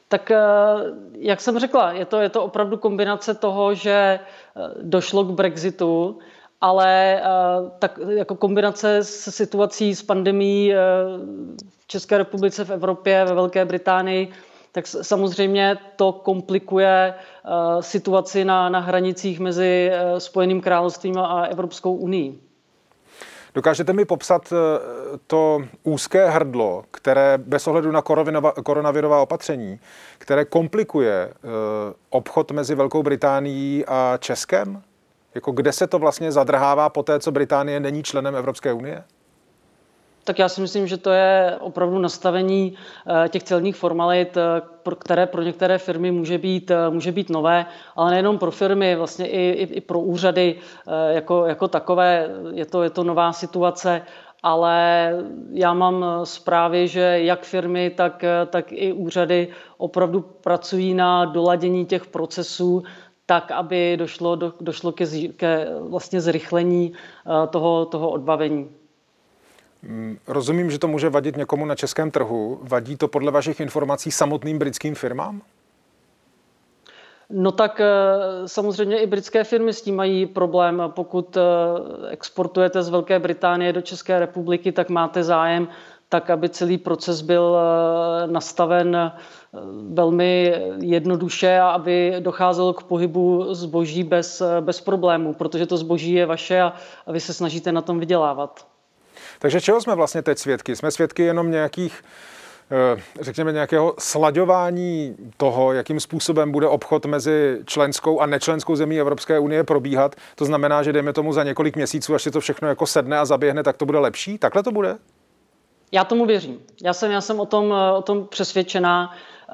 Tak jak jsem řekla, je to opravdu kombinace toho, že došlo k Brexitu, ale tak jako kombinace s situací s pandemií v České republice, v Evropě, ve Velké Británii, tak samozřejmě to komplikuje situaci na hranicích mezi Spojeným královstvím a Evropskou unii. Dokážete mi popsat to úzké hrdlo, které bez ohledu na koronavirová opatření, které komplikuje obchod mezi Velkou Británií a Českem? Jako kde se to vlastně zadrhává po té, co Británie není členem Evropské unie? Tak já si myslím, že to je opravdu nastavení těch celních formalit, které pro některé firmy může být nové, ale nejenom pro firmy, vlastně i pro úřady jako takové. Je to nová situace, ale já mám zprávy, že jak firmy, tak i úřady opravdu pracují na doladění těch procesů, tak, aby došlo ke vlastně zrychlení toho odbavení. Rozumím, že to může vadit někomu na českém trhu. Vadí to podle vašich informací samotným britským firmám? No tak samozřejmě i britské firmy s tím mají problém. Pokud exportujete z Velké Británie do České republiky, tak máte zájem tak, aby celý proces byl nastaven velmi jednoduše a aby docházelo k pohybu zboží bez problémů, protože to zboží je vaše a vy se snažíte na tom vydělávat. Takže čeho jsme vlastně teď svědky? Jsme svědky jenom nějakého slaďování toho, jakým způsobem bude obchod mezi členskou a nečlenskou zemí Evropské unie probíhat. To znamená, že dejme tomu za několik měsíců, až se to všechno jako sedne a zaběhne, tak to bude lepší? Takhle to bude? Já tomu věřím. Já jsem o tom přesvědčená.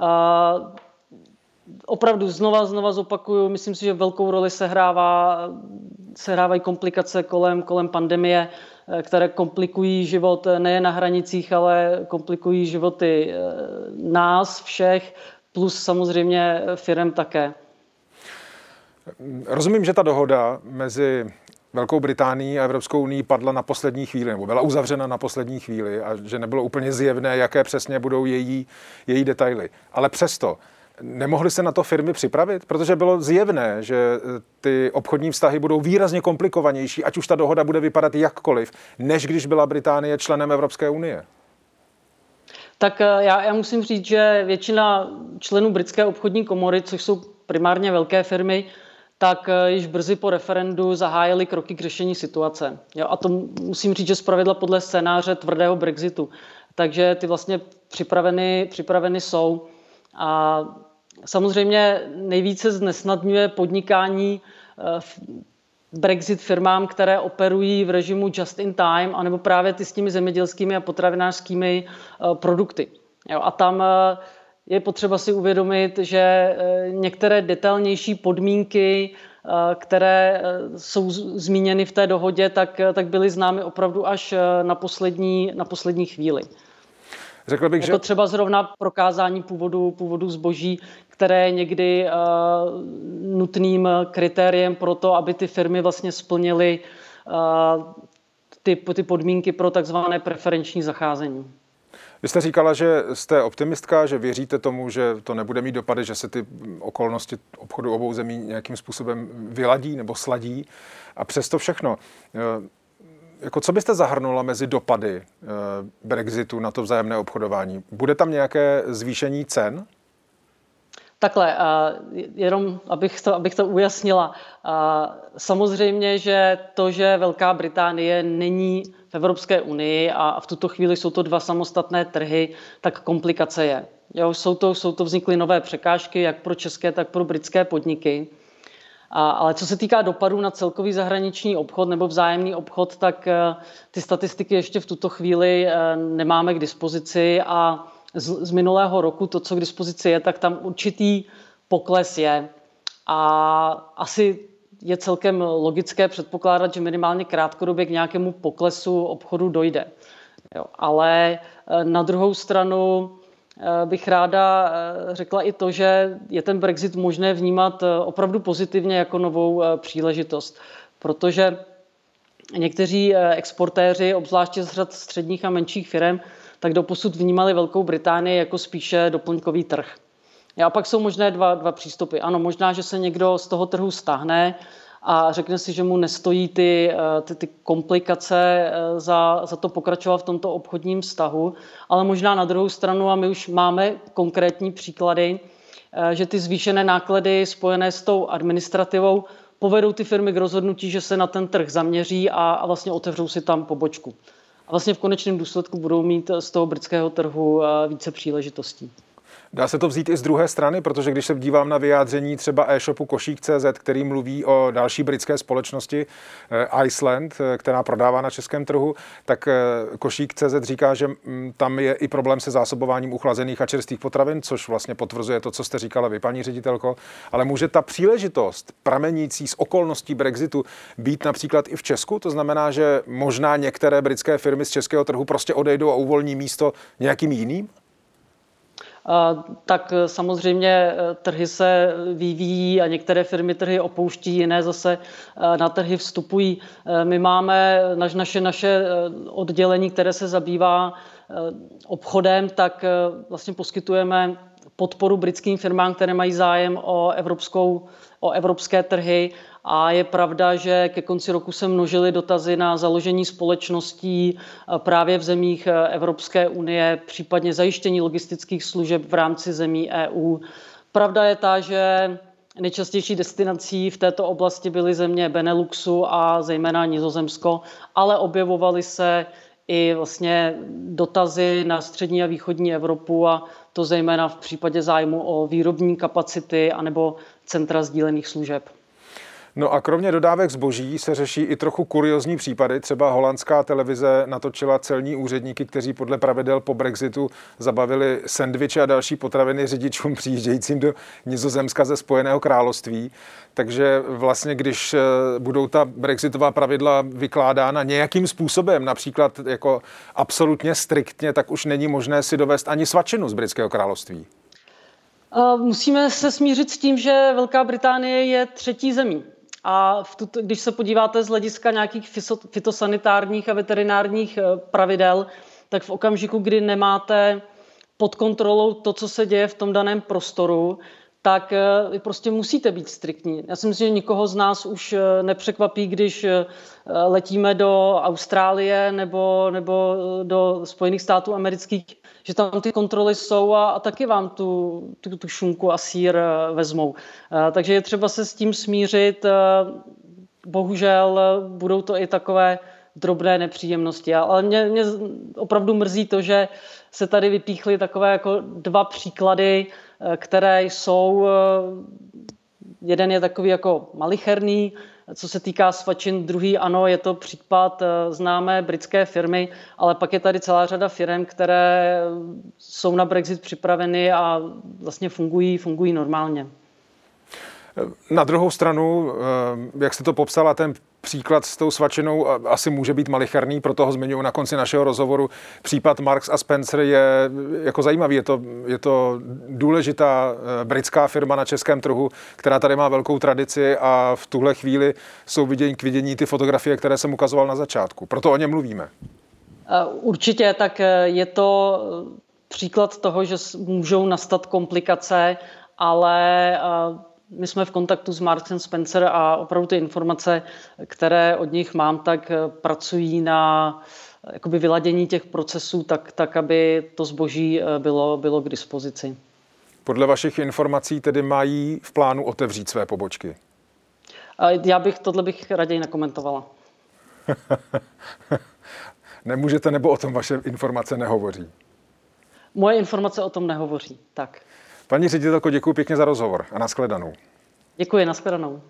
Opravdu znova zopakuju, myslím si, že velkou roli sehrávají komplikace kolem pandemie, které komplikují život nejen na hranicích, ale komplikují životy nás všech, plus samozřejmě firem také. Rozumím, že ta dohoda mezi Velkou Británií a Evropskou unii padla na poslední chvíli, nebo byla uzavřena na poslední chvíli a že nebylo úplně zjevné, jaké přesně budou její detaily. Ale přesto, nemohly se na to firmy připravit? Protože bylo zjevné, že ty obchodní vztahy budou výrazně komplikovanější, ať už ta dohoda bude vypadat jakkoliv, než když byla Británie členem Evropské unie. Tak já musím říct, že většina členů britské obchodní komory, což jsou primárně velké firmy, tak již brzy po referendu zahájili kroky k řešení situace. Jo, a to musím říct, že zpravidla podle scénáře tvrdého Brexitu. Takže ty vlastně připraveny jsou. A samozřejmě nejvíce znesnadňuje podnikání Brexit firmám, které operují v režimu just in time, anebo právě ty s těmi zemědělskými a potravinářskými produkty. Jo, a tam je potřeba si uvědomit, že některé detailnější podmínky, které jsou zmíněny v té dohodě, tak byly známy opravdu až na poslední chvíli. Řekl bych, jako třeba zrovna prokázání původu zboží, které je někdy nutným kritériem pro to, aby ty firmy vlastně splnily ty podmínky pro takzvané preferenční zacházení. Vy jste říkala, že jste optimistka, že věříte tomu, že to nebude mít dopady, že se ty okolnosti obchodu obou zemí nějakým způsobem vyladí nebo sladí. A přesto všechno, jako co byste zahrnula mezi dopady Brexitu na to vzájemné obchodování? Bude tam nějaké zvýšení cen? Takhle, jenom abych to ujasnila. Samozřejmě, že to, že Velká Británie není v Evropské unii a v tuto chvíli jsou to dva samostatné trhy, tak komplikace je. Jo, jsou to vznikly nové překážky, jak pro české, tak pro britské podniky. Ale co se týká dopadů na celkový zahraniční obchod nebo vzájemný obchod, tak ty statistiky ještě v tuto chvíli nemáme k dispozici a z minulého roku to, co k dispozici je, tak tam určitý pokles je. A asi je celkem logické předpokládat, že minimálně krátkodobě k nějakému poklesu obchodu dojde. Jo, ale na druhou stranu bych ráda řekla i to, že je ten Brexit možné vnímat opravdu pozitivně jako novou příležitost, protože někteří exportéři, obzvláště z řad středních a menších firem, tak doposud vnímali Velkou Británii jako spíše doplňkový trh. A pak jsou možné dva přístupy. Ano, možná, že se někdo z toho trhu stáhne a řekne si, že mu nestojí ty komplikace za to pokračovat v tomto obchodním vztahu, ale možná na druhou stranu, a my už máme konkrétní příklady, že ty zvýšené náklady spojené s tou administrativou povedou ty firmy k rozhodnutí, že se na ten trh zaměří a vlastně otevřou si tam pobočku. A vlastně v konečném důsledku budou mít z toho britského trhu více příležitostí. Dá se to vzít i z druhé strany, protože když se dívám na vyjádření třeba e-shopu Košík.cz, který mluví o další britské společnosti Iceland, která prodává na českém trhu, tak Košík.cz říká, že tam je i problém se zásobováním uchlazených a čerstvých potravin, což vlastně potvrzuje to, co jste říkala vy, paní ředitelko. Ale může ta příležitost pramenící z okolností Brexitu být například i v Česku? To znamená, že možná některé britské firmy z českého trhu prostě odejdou a uvolní místo nějakým jiným? Tak samozřejmě trhy se vyvíjí a některé firmy trhy opouští, jiné zase na trhy vstupují. My máme naše oddělení, které se zabývá obchodem, tak vlastně poskytujeme podporu britským firmám, které mají zájem o evropské trhy. A je pravda, že ke konci roku se množily dotazy na založení společností právě v zemích Evropské unie, případně zajištění logistických služeb v rámci zemí EU. Pravda je ta, že nejčastější destinací v této oblasti byly země Beneluxu a zejména Nizozemsko, ale objevovaly se i vlastně dotazy na střední a východní Evropu, a to zejména v případě zájmu o výrobní kapacity anebo centra sdílených služeb. No a kromě dodávek zboží se řeší i trochu kuriózní případy. Třeba holandská televize natočila celní úředníky, kteří podle pravidel po Brexitu zabavili sendviče a další potraviny řidičům přijíždějícím do Nizozemska ze Spojeného království. Takže vlastně, když budou ta brexitová pravidla vykládána nějakým způsobem, například jako absolutně striktně, tak už není možné si dovést ani svačinu z britského království. Musíme se smířit s tím, že Velká Británie je třetí zemí. A když se podíváte z hlediska nějakých fytosanitárních a veterinárních pravidel, tak v okamžiku, kdy nemáte pod kontrolou to, co se děje v tom daném prostoru, tak prostě musíte být striktní. Já si myslím, že nikoho z nás už nepřekvapí, když letíme do Austrálie nebo do Spojených států amerických, že tam ty kontroly jsou a taky vám tu šunku a sýr vezmou. Takže je třeba se s tím smířit. Bohužel budou to i takové drobné nepříjemnosti. Ale mě opravdu mrzí to, že se tady vypíchly takové jako dva příklady, které jsou, jeden je takový jako malicherný, co se týká svačin, druhý ano, je to případ známé britské firmy, ale pak je tady celá řada firm, které jsou na Brexit připraveny a vlastně fungují normálně. Na druhou stranu, jak jste to popsala, ten příklad s tou svačinou asi může být malicherný, proto ho zmiňuji na konci našeho rozhovoru. Případ Marks a Spencer je jako zajímavý. Je to důležitá britská firma na českém trhu, která tady má velkou tradici a v tuhle chvíli jsou k vidění ty fotografie, které jsem ukazoval na začátku. Proto o něm mluvíme. Určitě, tak je to příklad toho, že můžou nastat komplikace, ale my jsme v kontaktu s Marks & Spencer a opravdu ty informace, které od nich mám, tak pracují na jakoby vyladění těch procesů tak, aby to zboží bylo k dispozici. Podle vašich informací tedy mají v plánu otevřít své pobočky? Tohle bych raději nekomentovala. Nemůžete, nebo o tom vaše informace nehovoří? Moje informace o tom nehovoří, tak. Paní ředitelko, děkuji pěkně za rozhovor a nashledanou. Děkuji, nashledanou.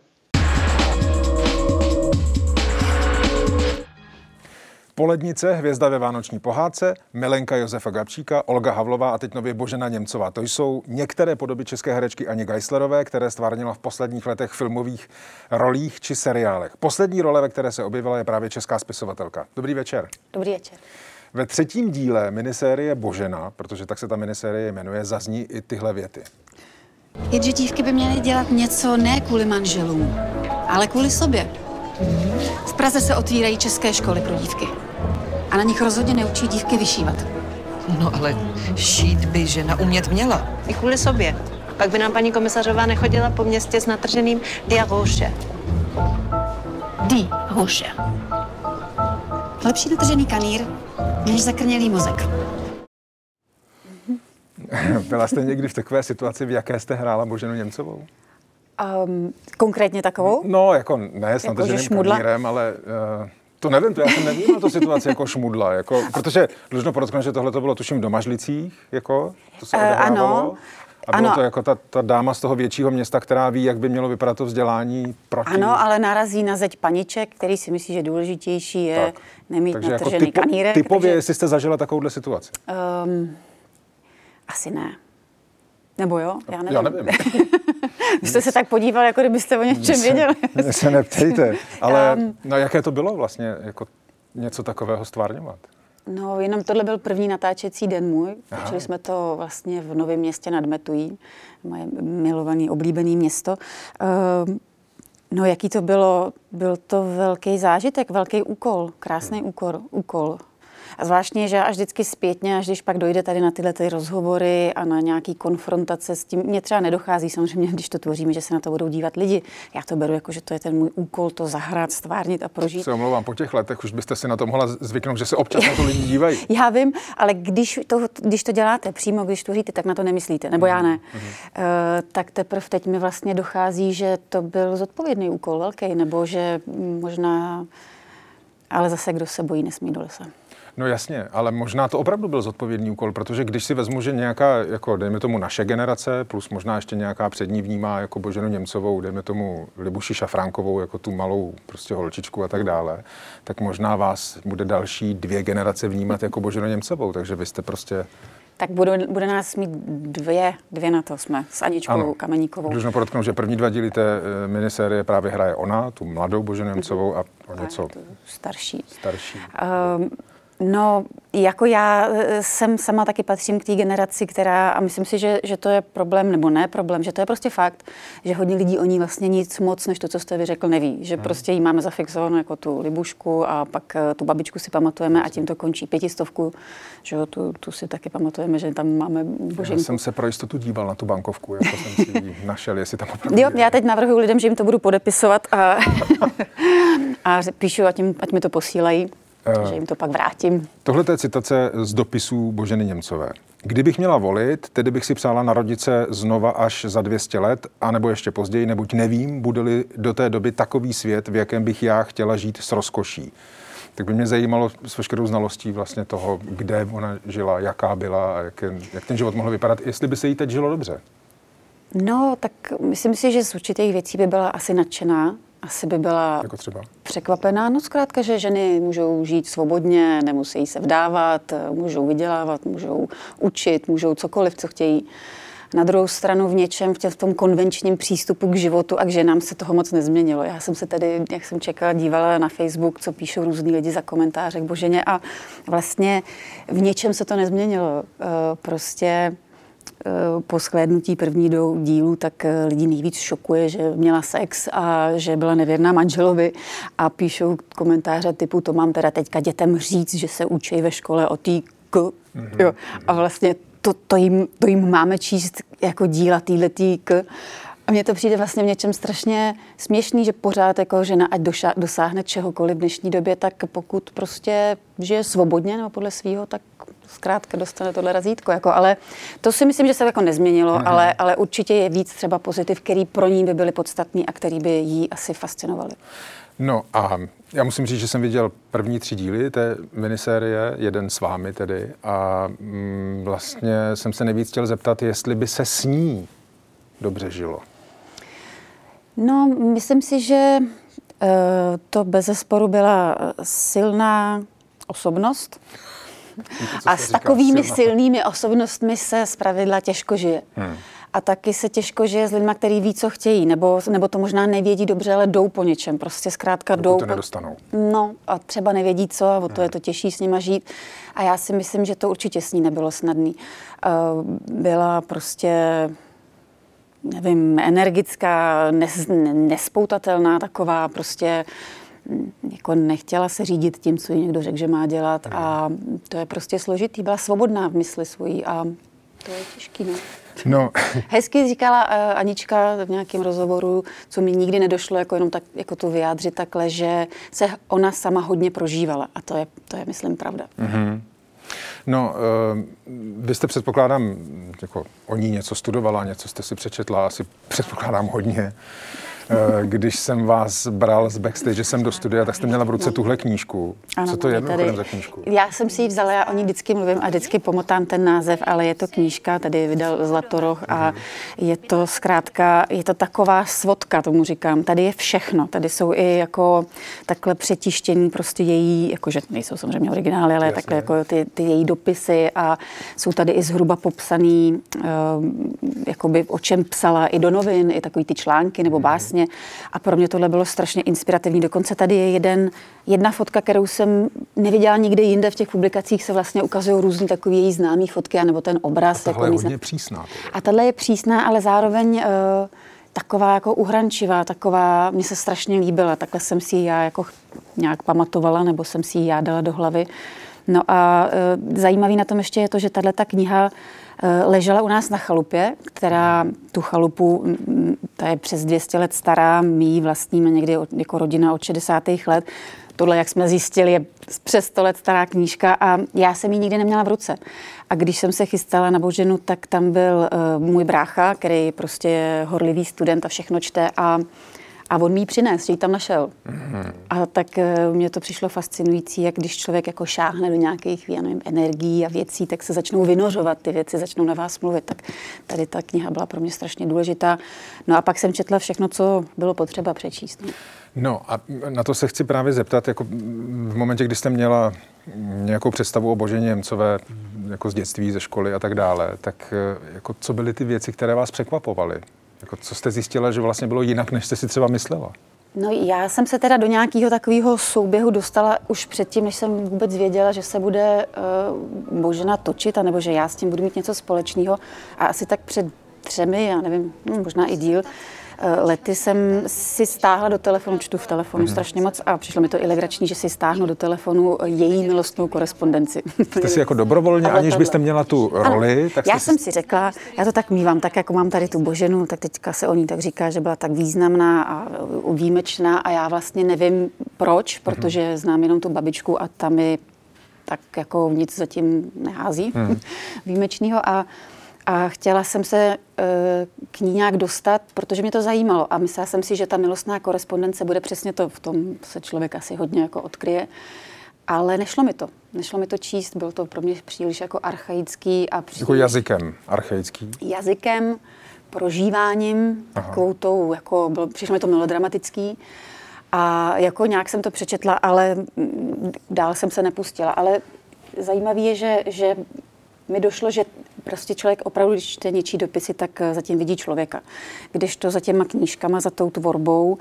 Polednice, Hvězda ve vánoční pohádce, Milenka Josefa Gabčíka, Olga Havlová a teď nově Božena Němcová. To jsou některé podoby české herečky Ani Geislerové, které stvárnila v posledních letech filmových rolích či seriálech. Poslední role, ve které se objevila, je právě česká spisovatelka. Dobrý večer. Dobrý večer. Ve třetím díle minisérie Božena, protože tak se ta minisérie jmenuje, zazní i tyhle věty. Jenže dívky by měly dělat něco ne kvůli manželům, ale kvůli sobě. V Praze se otvírají české školy pro dívky. A na nich rozhodně neučí dívky vyšívat. No ale šít by žena umět měla. I kvůli sobě. Pak by nám paní komisařová nechodila po městě s natrženým Dia Rouge. Di Rouge. Lepší natržený kanýr, než zakrnělý mozek. Byla jste někdy v takové situaci, v jaké jste hrála Boženu Němcovou? Konkrétně takovou? No, jako ne s natrženým kanírem, ale... To nevím, to já jsem nevnímal tu situaci jako šmudla, jako, protože dlužno podotknout, že tohle to bylo tuším v Domažlicích, jako, to se odehrávalo. Ano. A bylo to jako ta dáma z toho většího města, která ví, jak by mělo vypadat to vzdělání proti... Ano, ale narazí na zeď paniček, který si myslí, že důležitější je nemít natržený jako kanírek. Typově, jestli jste zažila takovouhle situaci? Asi ne. Nebo jo? Já nevím. Vy jste se tak podíval, jako kdybyste o něčem věděli. Mě se neptejte, ale no, jaké to bylo vlastně jako něco takového stvárňovat? No, jenom tohle byl první natáčecí den můj. Točili jsme to vlastně v Novém Městě nad Metují, moje milované, oblíbené město. No, jaký to bylo? Byl to velký zážitek, velký úkol, krásný úkol. A zvláštně, že až vždycky zpětně, až když pak dojde tady na tyhle rozhovory a na nějaký konfrontace s tím, mně třeba nedochází samozřejmě, když to tvoříme, že se na to budou dívat lidi. Já to beru jako, že to je ten můj úkol, to zahrát, stvárnit a prožít. Se omlouvám, po těch letech už byste si na to mohla zvyknout, že se občas na to lidi dívají. Já vím, ale když to děláte přímo, když tvoříte, tak na to nemyslíte, nebo já ne. Tak teprve teď mi vlastně dochází, že to byl zodpovědný úkol, velký, nebo že možná, ale zase kdo se bojí, nesmí do lesa. No jasně, ale možná to opravdu byl zodpovědný úkol, protože když si vezmu, že nějaká, jako dejme tomu naše generace, plus možná ještě nějaká přední vnímá jako Boženu Němcovou, dejme tomu Libuši Šafránkovou, jako tu malou prostě holčičku a tak dále, tak možná vás bude další 2 generace vnímat jako Boženu Němcovou, takže vy jste prostě... Tak bude nás mít dvě na to jsme, s Aničkou Kameníkovou. Dlužno podotknout, že první 2 díly té minisérie právě hraje ona, tu mladou Boženu Němcovou a o něco starší. No, jako já jsem sama taky patřím k té generaci, která, a myslím si, že to je problém, nebo ne problém, že to je prostě fakt, že hodně lidí o ní vlastně nic moc, než to, co jste vy řekl, neví. Že prostě jí máme zafixovanou jako tu Libušku a pak tu babičku si pamatujeme a tím to končí. 500, že jo, tu si taky pamatujeme, že tam máme Boženku. Já jsem se pro jistotu díval na tu bankovku, jako jsem si ji našel, jestli tam opravdu jo, já teď navrhuji lidem, že jim to budu podepisovat a píšu, ať mi to posílají. Že jim to pak vrátím. Tohle je citace z dopisů Boženy Němcové. Kdybych měla volit, tedy bych si přála narodit se znova až za 200 let, anebo ještě později, neboť nevím, bude-li do té doby takový svět, v jakém bych já chtěla žít s rozkoší. Tak by mě zajímalo s veškerou znalostí vlastně toho, kde ona žila, jaká byla a jak ten život mohl vypadat, jestli by se jí teď žilo dobře. No, tak myslím si, že z určitých věcí by byla asi nadšená. Asi by byla jako třeba překvapená. No zkrátka, že ženy můžou žít svobodně, nemusí se vdávat, můžou vydělávat, můžou učit, můžou cokoliv, co chtějí. Na druhou stranu v něčem, v tom konvenčním přístupu k životu a k ženám se toho moc nezměnilo. Já jsem se tady, jak jsem čekala, dívala na Facebook, co píšou různý lidi za komentáře k Boženě a vlastně v něčem se to nezměnilo. Prostě po shlédnutí prvního dílu, tak lidi nejvíc šokuje, že měla sex a že byla nevěrná manželovi a píšou komentáře typu, to mám teda teďka dětem říct, že se učí ve škole o tý k. Jo. A vlastně to jim máme číst jako díla týhletý k. A mně to přijde vlastně v něčem strašně směšný, že pořád jako žena, ať dosáhne čehokoliv v dnešní době, tak pokud prostě žije svobodně nebo podle svýho, tak zkrátka dostane tohle razítko. Jako, ale to si myslím, že se jako nezměnilo, ale určitě je víc třeba pozitiv, který pro ní by byly podstatný a který by jí asi fascinovaly. No a já musím říct, že jsem viděl první 3 díly té minisérie, jeden s vámi tedy, a vlastně jsem se nejvíc chtěl zeptat, jestli by se s ní dobře žilo. No, myslím si, že to bezesporu byla silná osobnost. A s takovými silnými osobnostmi se zpravidla těžko žije. A taky se těžko žije s lidmi, kteří ví, co chtějí, nebo to možná nevědí dobře, ale jdou po něčem. Prostě zkrátka jdou. To nedostanou. No a třeba nevědí co a o to je to těžší s nima žít. A já si myslím, že to určitě s ní nebylo snadný. Byla prostě, nevím, energická, nespoutatelná, taková prostě jako nechtěla se řídit tím, co jí někdo řekl, že má dělat a to je prostě složitý. Byla svobodná v mysli svojí a To je těžký, no. No. Hezky říkala Anička v nějakém rozhovoru, co mi nikdy nedošlo jako jenom tak, jako to vyjádřit takhle, že se ona sama hodně prožívala. A to je myslím, pravda. Mm-hmm. No, vy jste, předpokládám, jako o ní něco studovala, něco jste si přečetla, asi předpokládám hodně. Když jsem vás bral z backstage sem do studia, tak jste měla v ruce tuhle knížku. Ano, co to je mimochodem za knížku? Já jsem si ji vzala, já o ní vždycky mluvím a vždycky pomotám ten název, ale je to knížka, tady vydal Zlatoroh a je to zkrátka, je to taková svodka, tomu říkám. Tady je všechno. Tady jsou i jako takhle přetištění prostě její, jakože nejsou samozřejmě originály, ale takhle jako ty její dopisy a jsou tady i zhruba popsaný, jakoby o čem psala i do novin, i takový ty články nebo básně. A pro mě tohle bylo strašně inspirativní. Dokonce tady je jedna fotka, kterou jsem neviděla nikde jinde. V těch publikacích se vlastně ukazují různý takový její známý fotky, anebo ten obraz. A tahle je hodně přísná. A tahle je přísná, ale zároveň taková jako uhrančivá, taková, mně se strašně líbila. Takhle jsem si ji já jako nějak pamatovala, nebo jsem si ji já dala do hlavy. No a zajímavý na tom ještě je to, že tato kniha ležela u nás na chalupě, která tu chalupu, ta je přes 200 let stará, my ji vlastníme někdy jako rodina od 60. let. Tohle, jak jsme zjistili, je přes 100 let stará knížka a já jsem ji nikdy neměla v ruce. A když jsem se chystala na Boženu, tak tam byl můj brácha, který prostě je horlivý student a všechno čte a on mi ji přines, že ji tam našel. A tak mně to přišlo fascinující, jak když člověk jako šáhne do nějakých, já nevím, energií a věcí, tak se začnou vynořovat ty věci, začnou na vás mluvit. Tak tady ta kniha byla pro mě strašně důležitá. No a pak jsem četla všechno, co bylo potřeba přečíst. No a na to se chci právě zeptat, jako v momentě, kdy jste měla nějakou představu o Boženě Němcové, jako z dětství, ze školy a tak dále, tak jako co byly ty věci, které vás překvapovaly? Jako co jste zjistila, že vlastně bylo jinak, než jste si třeba myslela? No já jsem se teda do nějakého takového souběhu dostala už předtím, než jsem vůbec věděla, že se bude Božena točit, anebo že já s tím budu mít něco společného. A asi tak před 3, já nevím, možná i díl, lety jsem si stáhla do telefonu, čtu v telefonu strašně moc a přišlo mi to i legrační, že si stáhnu do telefonu její milostnou korespondenci. Jste si jako dobrovolně, aniž byste měla tu roli? Tak já jsem si řekla, já to tak mívám, tak jako mám tady tu Boženu, tak teďka se o ní tak říká, že byla tak významná a výjimečná a já vlastně nevím proč, protože znám jenom tu babičku a ta mi tak jako nic zatím nehází výjimečného a chtěla jsem se k ní nějak dostat, protože mě to zajímalo a myslela jsem si, že ta milostná korespondence bude přesně to, v tom se člověk asi hodně jako odkryje, ale nešlo mi to číst, bylo to pro mě příliš jako archaický a jako jazykem archaický? Jazykem, prožíváním, takovou tou, jako přišlo mi to melodramatický a jako nějak jsem to přečetla, ale dál jsem se nepustila, ale zajímavý je, že mi došlo, že prostě člověk opravdu, když čte něčí dopisy, tak zatím vidí člověka. Když to za těma knížkama, za tou tvorbou,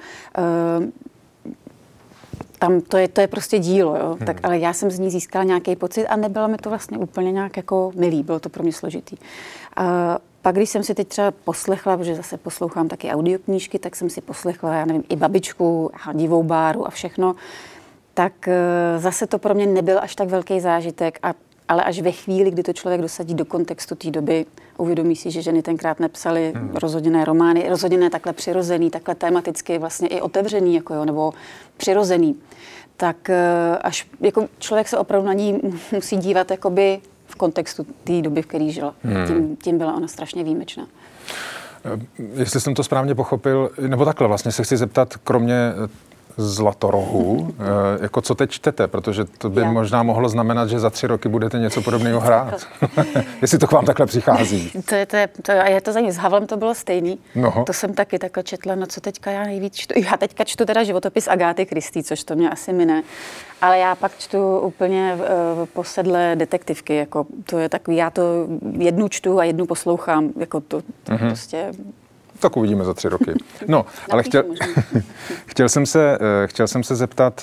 tam to je prostě dílo, jo? Tak, ale já jsem z ní získala nějaký pocit a nebylo mi to vlastně úplně nějak jako milý, bylo to pro mě složitý. Pak, když jsem si teď třeba poslechla, protože zase poslouchám taky audioknížky, tak jsem si poslechla, já nevím, i Babičku, Hadivou Báru a všechno, tak zase to pro mě nebyl až tak velký zážitek ale až ve chvíli, kdy to člověk dosadí do kontextu té doby, uvědomí si, že ženy tenkrát nepsaly rozhodně ne romány, rozhodně ne takhle přirozený, takhle tematicky vlastně i otevřený, jako jo, nebo přirozený. Tak až jako člověk se opravdu na ní musí dívat jakoby v kontextu té doby, v které žila. Tím byla ona strašně výjimečná. Jestli jsem to správně pochopil, nebo takhle vlastně se chci zeptat, kromě Zlatorohu, jako co teď čtete, protože to by možná mohlo znamenat, že za 3 roky budete něco podobného hrát. Jestli to k vám takhle přichází. Je to zajímavé. S Havlem to bylo stejný. No. To jsem taky takhle četla, no co teďka já nejvíc čtu. Já teďka čtu teda životopis Agáty Christie, což to mě asi mine. Ale já pak čtu úplně posedlé detektivky, jako to je takový, já to jednu čtu a jednu poslouchám, jako to prostě Tak uvidíme za 3 roky. No, ale chtěl jsem se zeptat,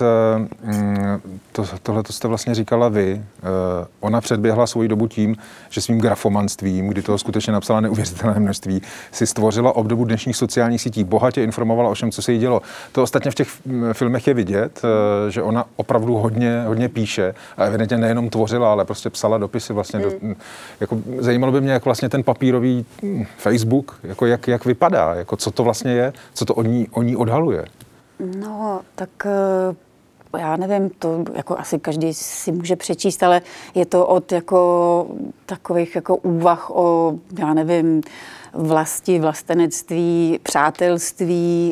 tohle jste vlastně říkala vy. Ona předběhla svoji dobu tím, že svým grafomanstvím, kdy toho skutečně napsala neuvěřitelné množství, si stvořila obdobu dnešních sociálních sítí, bohatě informovala o všem, co se jí dělo. To ostatně v těch filmech je vidět, že ona opravdu hodně píše a evidentně nejenom tvořila, ale prostě psala dopisy vlastně. Jako zajímalo by mě, jak vlastně ten papírový Facebook, jako jak vypadá, jako co to vlastně je, co to o ní odhaluje. No, tak já nevím, to jako asi každý si může přečíst, ale je to od jako takových jako úvah o, já nevím, vlasti, vlastenectví, přátelství,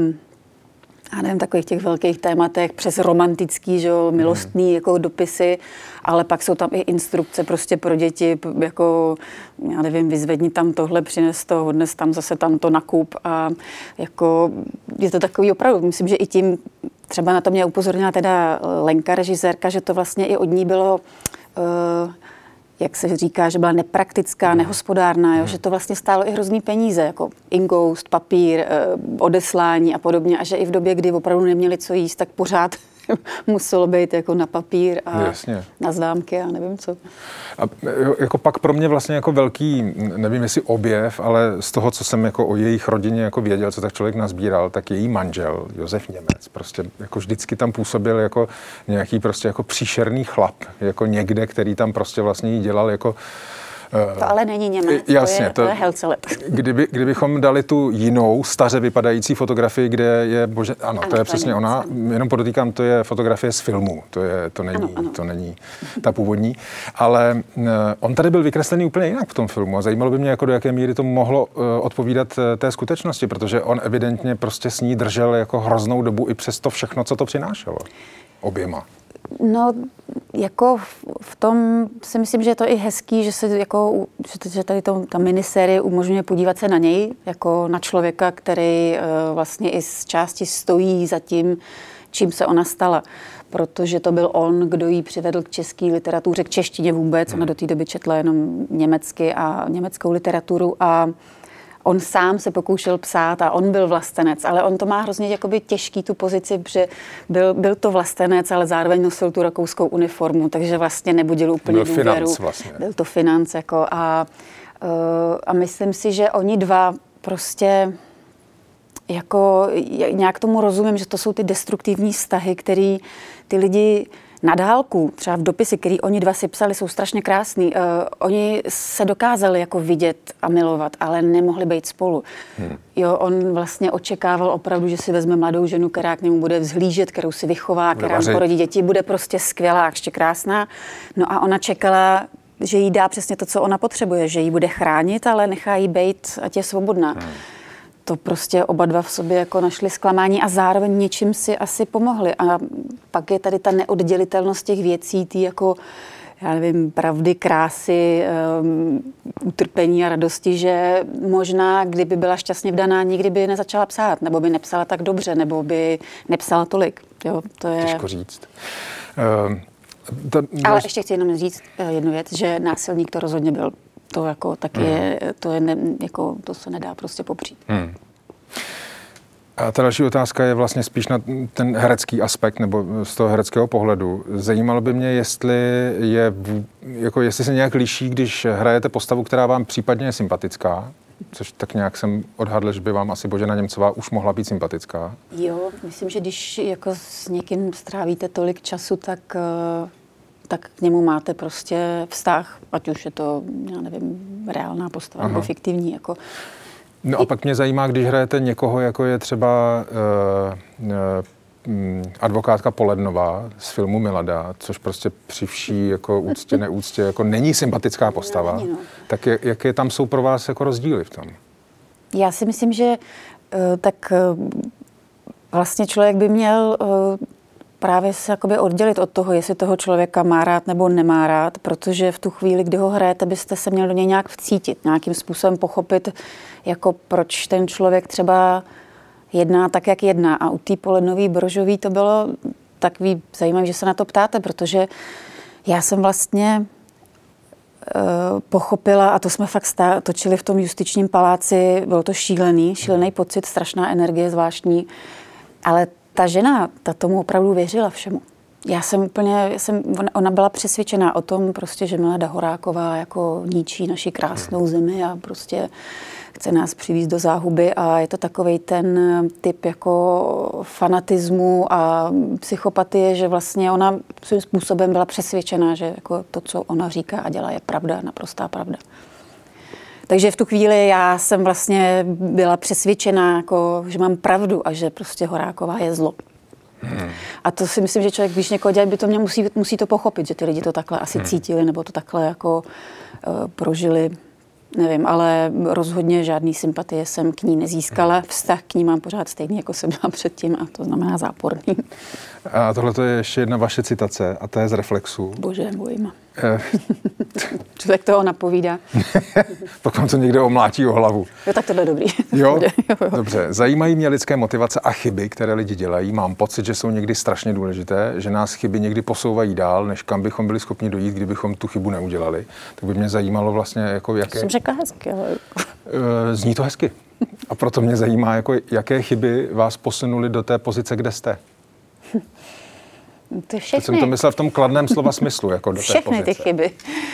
já nevím, takových těch velkých tématech, přes romantický, že jo, milostný jako dopisy, ale pak jsou tam i instrukce prostě pro děti, jako, já nevím, vyzvedni tam tohle, přines to, odnes tam zase tam to nakup a jako je to takový opravdu, myslím, že i tím, třeba na to mě upozornila teda Lenka, režisérka, že to vlastně i od ní bylo, jak se říká, že byla nepraktická, nehospodárná, jo? Že to vlastně stálo i hrozný peníze, jako ingoust, papír, odeslání a podobně. A že i v době, kdy opravdu neměli co jíst, tak pořád muselo být jako na papír a na známky a nevím co. A jako pak pro mě vlastně jako velký, nevím jestli objev, ale z toho, co jsem jako o jejich rodině jako věděl, co tak člověk nazbíral, tak její manžel, Josef Němec, prostě jako vždycky tam působil jako nějaký prostě jako příšerný chlap, jako někde, který tam prostě vlastně jí dělal jako to ale není Němec, jasně, to je Helcelet. Kdybychom dali tu jinou, staře vypadající fotografii, kde je, ano, to je přesně ona, jenom podotýkám, to je fotografie z filmu, to není ta původní, ale on tady byl vykreslený úplně jinak v tom filmu a zajímalo by mě, jako do jaké míry to mohlo odpovídat té skutečnosti, protože on evidentně prostě s ní držel jako hroznou dobu i přes to všechno, co to přinášelo oběma. No, jako v tom si myslím, že je to i hezký, že se jako, že tady ta minisérie umožňuje podívat se na něj, jako na člověka, který vlastně i z části stojí za tím, čím se ona stala. Protože to byl on, kdo ji přivedl k české literatuře, k češtině vůbec. Ona do té doby četla jenom německy a německou literaturu a on sám se pokoušel psát a on byl vlastenec, ale on to má hrozně jakoby těžký tu pozici, protože byl to vlastenec, ale zároveň nosil tu rakouskou uniformu, takže vlastně nebudil úplně důvěru. Vlastně. Byl to financ jako a myslím si, že oni dva prostě jako nějak tomu rozumím, že to jsou ty destruktivní vztahy, který ty lidi na dálku, třeba v dopisy, který oni dva si psali, jsou strašně krásný. Oni se dokázali jako vidět a milovat, ale nemohli být spolu. Jo, on vlastně očekával opravdu, že si vezme mladou ženu, která k němu bude vzhlížet, kterou si vychová, která mu porodí děti, bude prostě skvělá a ještě krásná. No a ona čekala, že jí dá přesně to, co ona potřebuje, že jí bude chránit, ale nechá jí být, ať je svobodná. To prostě oba dva v sobě jako našli zklamání a zároveň něčím si asi pomohli. A pak je tady ta neoddělitelnost těch věcí, ty jako, já nevím, pravdy, krásy, utrpení a radosti, že možná, kdyby byla šťastně vdaná, nikdy by nezačala psát, nebo by nepsala tak dobře, nebo by nepsala tolik. Jo, to je... Těžko říct. Ale ještě chci jenom říct jednu věc, že násilník to rozhodně byl. To jako taky je, jako, to se nedá prostě popřít. A ta další otázka je vlastně spíš na ten herecký aspekt, nebo z toho hereckého pohledu. Zajímalo by mě, jestli se nějak liší, když hrajete postavu, která vám případně je sympatická, což tak nějak jsem odhadl, že by vám asi Božena Němcová už mohla být sympatická. Jo, myslím, že když jako s někým strávíte tolik času, tak k němu máte prostě vztah, ať už je to, já nevím, reálná postava nebo fiktivní. Jako. No a pak mě zajímá, když hrajete někoho, jako je třeba advokátka Polednová z filmu Milada, což prostě při vší jako úctě, neúctě, jako není sympatická postava, no. Tak jaké tam jsou pro vás jako rozdíly v tom? Já si myslím, že vlastně člověk by měl právě se jakoby oddělit od toho, jestli toho člověka má rád nebo nemá rád, protože v tu chvíli, kdy ho hrajete, byste se měl do něj nějak vcítit, nějakým způsobem pochopit, jako proč ten člověk třeba jedná tak, jak jedná. A u té Polednový Brožový to bylo takový zajímavé, že se na to ptáte, protože já jsem vlastně pochopila, a to jsme fakt točili v tom Justičním paláci, bylo to šílený pocit, strašná energie, zvláštní, ale ta žena, ta tomu opravdu věřila všemu. Ona byla přesvědčená o tom, prostě, že Milada Horáková jako ničí naši krásnou zemi a prostě chce nás přivést do záhuby a je to takovej ten typ jako fanatismu a psychopatie, že vlastně ona svým způsobem byla přesvědčená, že jako to, co ona říká a dělá, je pravda, naprostá pravda. Takže v tu chvíli já jsem vlastně byla přesvědčená, jako, že mám pravdu a že prostě Horáková je zlo. A to si myslím, že člověk, když někoho dělá, by to musí to pochopit, že ty lidi to takhle asi cítili nebo to takhle jako prožili. Nevím, ale rozhodně žádný sympatie jsem k ní nezískala. Vztah k ní mám pořád stejný, jako jsem byla předtím, a to znamená záporný. A tohle je ještě jedna vaše citace, a to je z Reflexu. Bože, bojím. Člověk toho napovídá. Pak vám to někde omlátí o hlavu. Jo, tak tohle je dobrý. Jo? Dobře. Zajímají mě lidské motivace a chyby, které lidi dělají. Mám pocit, že jsou někdy strašně důležité, že nás chyby někdy posouvají dál, než kam bychom byli schopni dojít, kdybychom tu chybu neudělali. Tak by mě zajímalo vlastně, jako jaké... To jsem řekla hezky, ale... Zní to hezky. A proto mě zajímá, jako jaké chyby vás posunuly do té pozice, kde jste. Ty všechny. Teď jsem to myslel v tom kladném slova smyslu, jako do té pozice. Všechny ty chyby.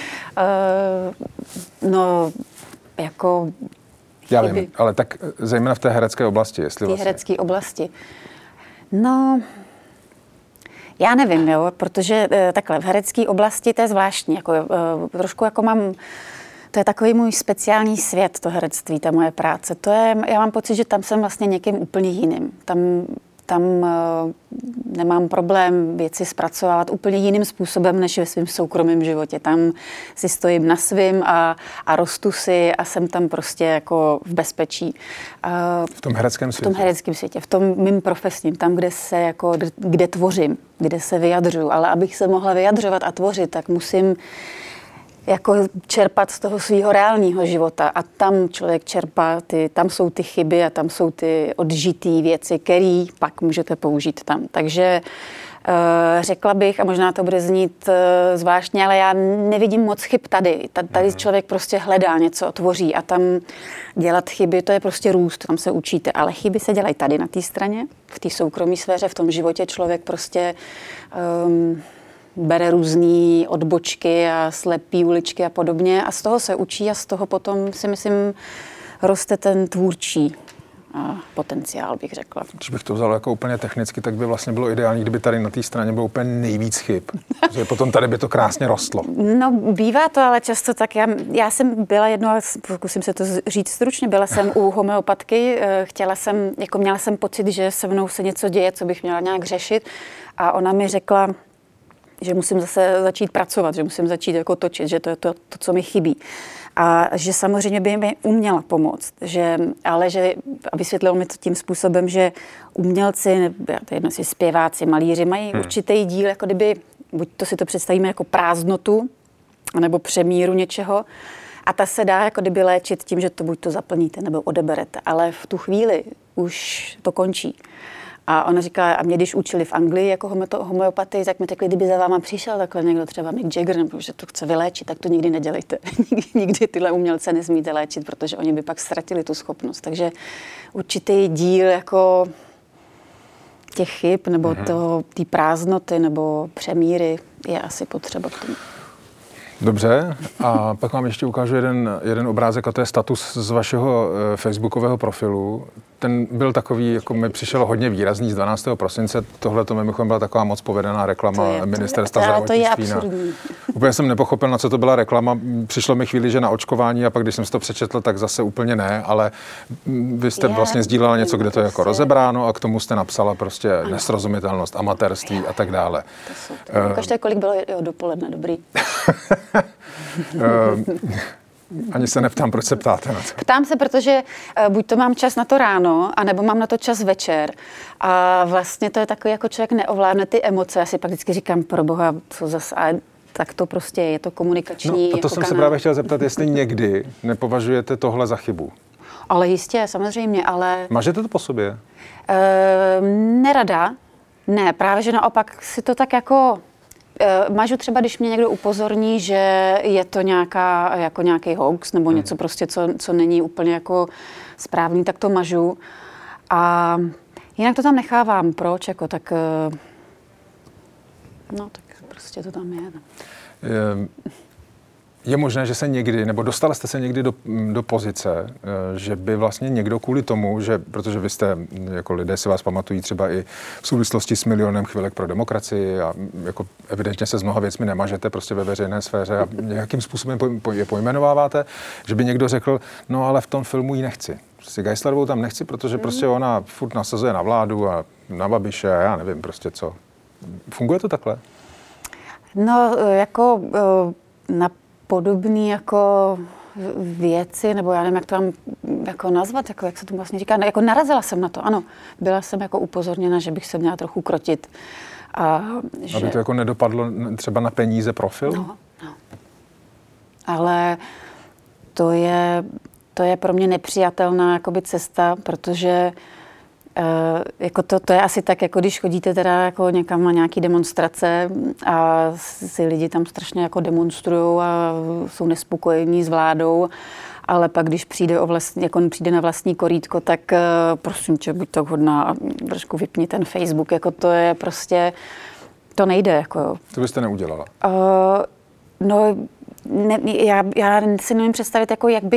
No, jako... Já vím, ale tak zejména v té herecké oblasti, jestli vlastně. V té herecké oblasti. No, já nevím, jo, protože takhle, v herecké oblasti to je zvláštní, jako, trošku jako mám... To je takový můj speciální svět, to herectví, ta moje práce. Já mám pocit, že tam jsem vlastně někým úplně jiným. Tam nemám problém věci zpracovat úplně jiným způsobem, než ve svém soukromém životě. Tam si stojím na svým a rostu si a jsem tam prostě jako v bezpečí. V tom hereckém světě? V tom hereckém světě, v tom mým profesním, tam, kde tvořím, kde se vyjadřuju. Ale abych se mohla vyjadřovat a tvořit, tak musím jako čerpat z toho svého reálného života a tam člověk čerpá, tam jsou ty chyby a tam jsou ty odžitý věci, které pak můžete použít tam. Takže řekla bych, a možná to bude znít zvláštně, ale já nevidím moc chyb tady. Tady člověk prostě hledá něco, tvoří a tam dělat chyby, to je prostě růst, tam se učíte, ale chyby se dělají tady na té straně, v té soukromé sféře, v tom životě člověk prostě bere různý odbočky a slepý uličky a podobně a z toho se učí a z toho potom si myslím roste ten tvůrčí potenciál, bych řekla. Když bych to vzal jako úplně technicky, tak by vlastně bylo ideální, kdyby tady na té straně bylo úplně nejvíc chyb. Protože potom tady by to krásně rostlo. No, bývá to, ale často tak. Já jsem byla jednou, ale pokusím se to říct stručně, byla jsem u homeopatky, měla jsem pocit, že se mnou se něco děje, co bych měla nějak řešit a ona mi řekla, že musím zase začít pracovat, že musím začít jako točit, že to je to, co mi chybí. A že samozřejmě by mi uměla pomoct, ale vysvětlilo mi to tím způsobem, že umělci, to jedno si zpěváci, malíři, mají určitý díl, jako kdyby, buď to si to představíme jako prázdnotu, nebo přemíru něčeho, a ta se dá jako kdyby léčit tím, že to buď to zaplníte, nebo odeberete, ale v tu chvíli už to končí. A ona říká, a mě když učili v Anglii jako homeopatii, tak mi řekli, kdyby za váma přišel takhle někdo, třeba Mick Jagger, nebo že to chce vyléčit, tak to nikdy nedělejte. Nikdy tyhle umělce nesmíte léčit, protože oni by pak ztratili tu schopnost. Takže určitý díl jako těch chyb, nebo té prázdnoty, nebo přemíry je asi potřeba k tomu. Dobře, a pak vám ještě ukážu jeden obrázek, a to je status z vašeho facebookového profilu. Ten byl takový, jako mi přišel hodně výrazný z 12. prosince. Tohle to mimochodem byla taková moc povedená reklama ministerstva zdravotnictví. Úplně jsem nepochopil, na co to byla reklama. Přišlo mi chvíli, že na očkování, a pak když jsem si to přečetl, tak zase úplně ne, ale vy jste vlastně sdílela něco, kde to je jako rozebráno a k tomu jste napsala prostě nesrozumitelnost, amatérství a tak dále. Ukažte, kolik bylo dopoledne, dobrý. Ani se neptám, proč se ptáte na to. Ptám se, protože buď to mám čas na to ráno, anebo mám na to čas večer. A vlastně to je takový, jako člověk neovládne ty emoce. Já si pak vždycky říkám, proboha, co zase, ale tak to prostě je to komunikační. No a to jsem se právě chtěl zeptat, jestli někdy nepovažujete tohle za chybu. Ale jistě, samozřejmě, ale... Mažete to po sobě? Nerada. Ne, právě, že naopak si to tak jako Mažu třeba, když mě někdo upozorní, že je to nějaký hoax nebo něco prostě, co není úplně jako správný, tak to mažu. A jinak to tam nechávám. Proč? Jako, tak prostě to tam je. Je možné, že se někdy, nebo dostali jste se někdy do pozice, že by vlastně někdo kvůli tomu, že, protože vy jste, jako lidé si vás pamatují třeba i v souvislosti s milionem chvilek pro demokracii a jako evidentně se s mnoha věcmi nemažete prostě ve veřejné sféře a nějakým způsobem je pojmenováváte, že by někdo řekl, no ale v tom filmu ji nechci. Si Geislerovou tam nechci, protože prostě ona furt nasazuje na vládu a na Babiše a já nevím prostě co. Funguje to takhle? No, jako na podobné jako věci, nebo já nevím, jak to mám jako nazvat, jako jak se to vlastně říká. Jako narazila jsem na to, ano. Byla jsem jako upozorněna, že bych se měla trochu krotit. Aby to jako nedopadlo třeba na peníze pro film? No. Ale to je pro mě nepřijatelná jakoby cesta, protože jako to je asi tak, jako když chodíte teda jako někam na nějaký demonstrace a si lidi tam strašně jako demonstrujou a jsou nespokojení s vládou, ale pak, když přijde na vlastní korýtko, tak prosím tě, buď tak hodná a trošku vypni ten Facebook, jako to je prostě, to nejde. Jako. To byste neudělala? No, já si nevím představit, jako jak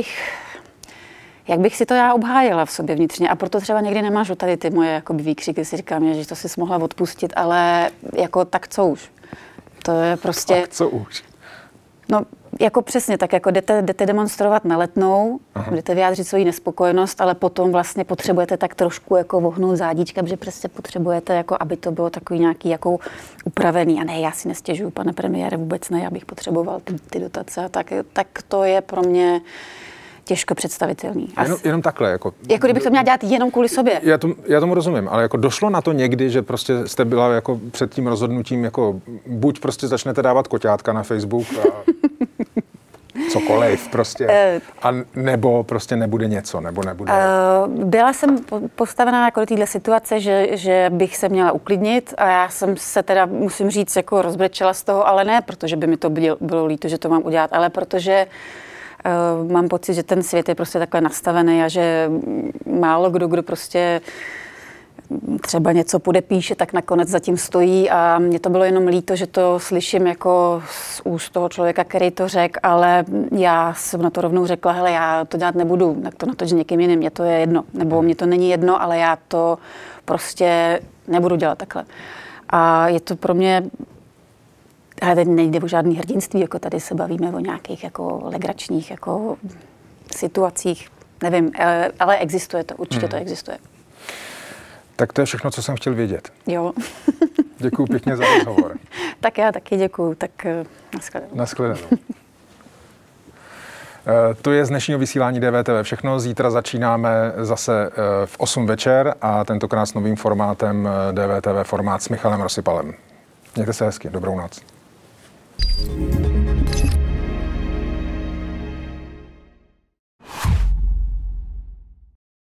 bych si to já obhájila v sobě vnitřně a proto třeba někdy nemážu tady ty moje jakoby výkřiky, si říkám, že to si mohla odpustit, ale jako tak co už. To je prostě... Tak co už? No, jako přesně, tak jako jdete demonstrovat na Letnou, jdete vyjádřit svoji nespokojenost, ale potom vlastně potřebujete tak trošku jako vohnout zádíčka, protože prostě potřebujete, jako aby to bylo takový nějaký jako upravený. A ne, já si nestěžuju, pane premiére, vůbec ne, já bych potřeboval ty dotace. Tak to je pro mě těžko představitelný. Jenom takhle. Jako kdybych to měla dělat jenom kvůli sobě. Já tomu rozumím, ale jako došlo na to někdy, že prostě jste byla jako před tím rozhodnutím, jako buď prostě začnete dávat koťátka na Facebook a cokoliv prostě, a nebo prostě nebude něco, nebo nebude... Byla jsem postavená jako do téhle situace, že bych se měla uklidnit a já jsem se teda, musím říct, jako rozbrečela z toho, ale ne, protože by mi to bylo líto, že to mám udělat, ale protože mám pocit, že ten svět je prostě takhle nastavený a že málo kdo prostě třeba něco podepíše, tak nakonec zatím stojí a mně to bylo jenom líto, že to slyším jako z úst toho člověka, který to řekl, ale já jsem na to rovnou řekla, hele, já to dělat nebudu, tak to natoč někým jiným, mně to je jedno, nebo mně to není jedno, ale já to prostě nebudu dělat takhle. A je to pro mě, ale teď nejde o žádný hrdinství, jako tady se bavíme o nějakých jako legračních jako situacích, nevím, ale existuje to, určitě to existuje. Tak to je všechno, co jsem chtěl vědět. Jo. Děkuju pěkně za rozhovor. Tak já taky děkuju, tak nashledanou. Nashledanou. To je z dnešního vysílání DVTV všechno. Zítra začínáme zase v 8 večer a tentokrát s novým formátem DVTV formát s Michalem Rosypalem. Mějte se hezky, dobrou noc.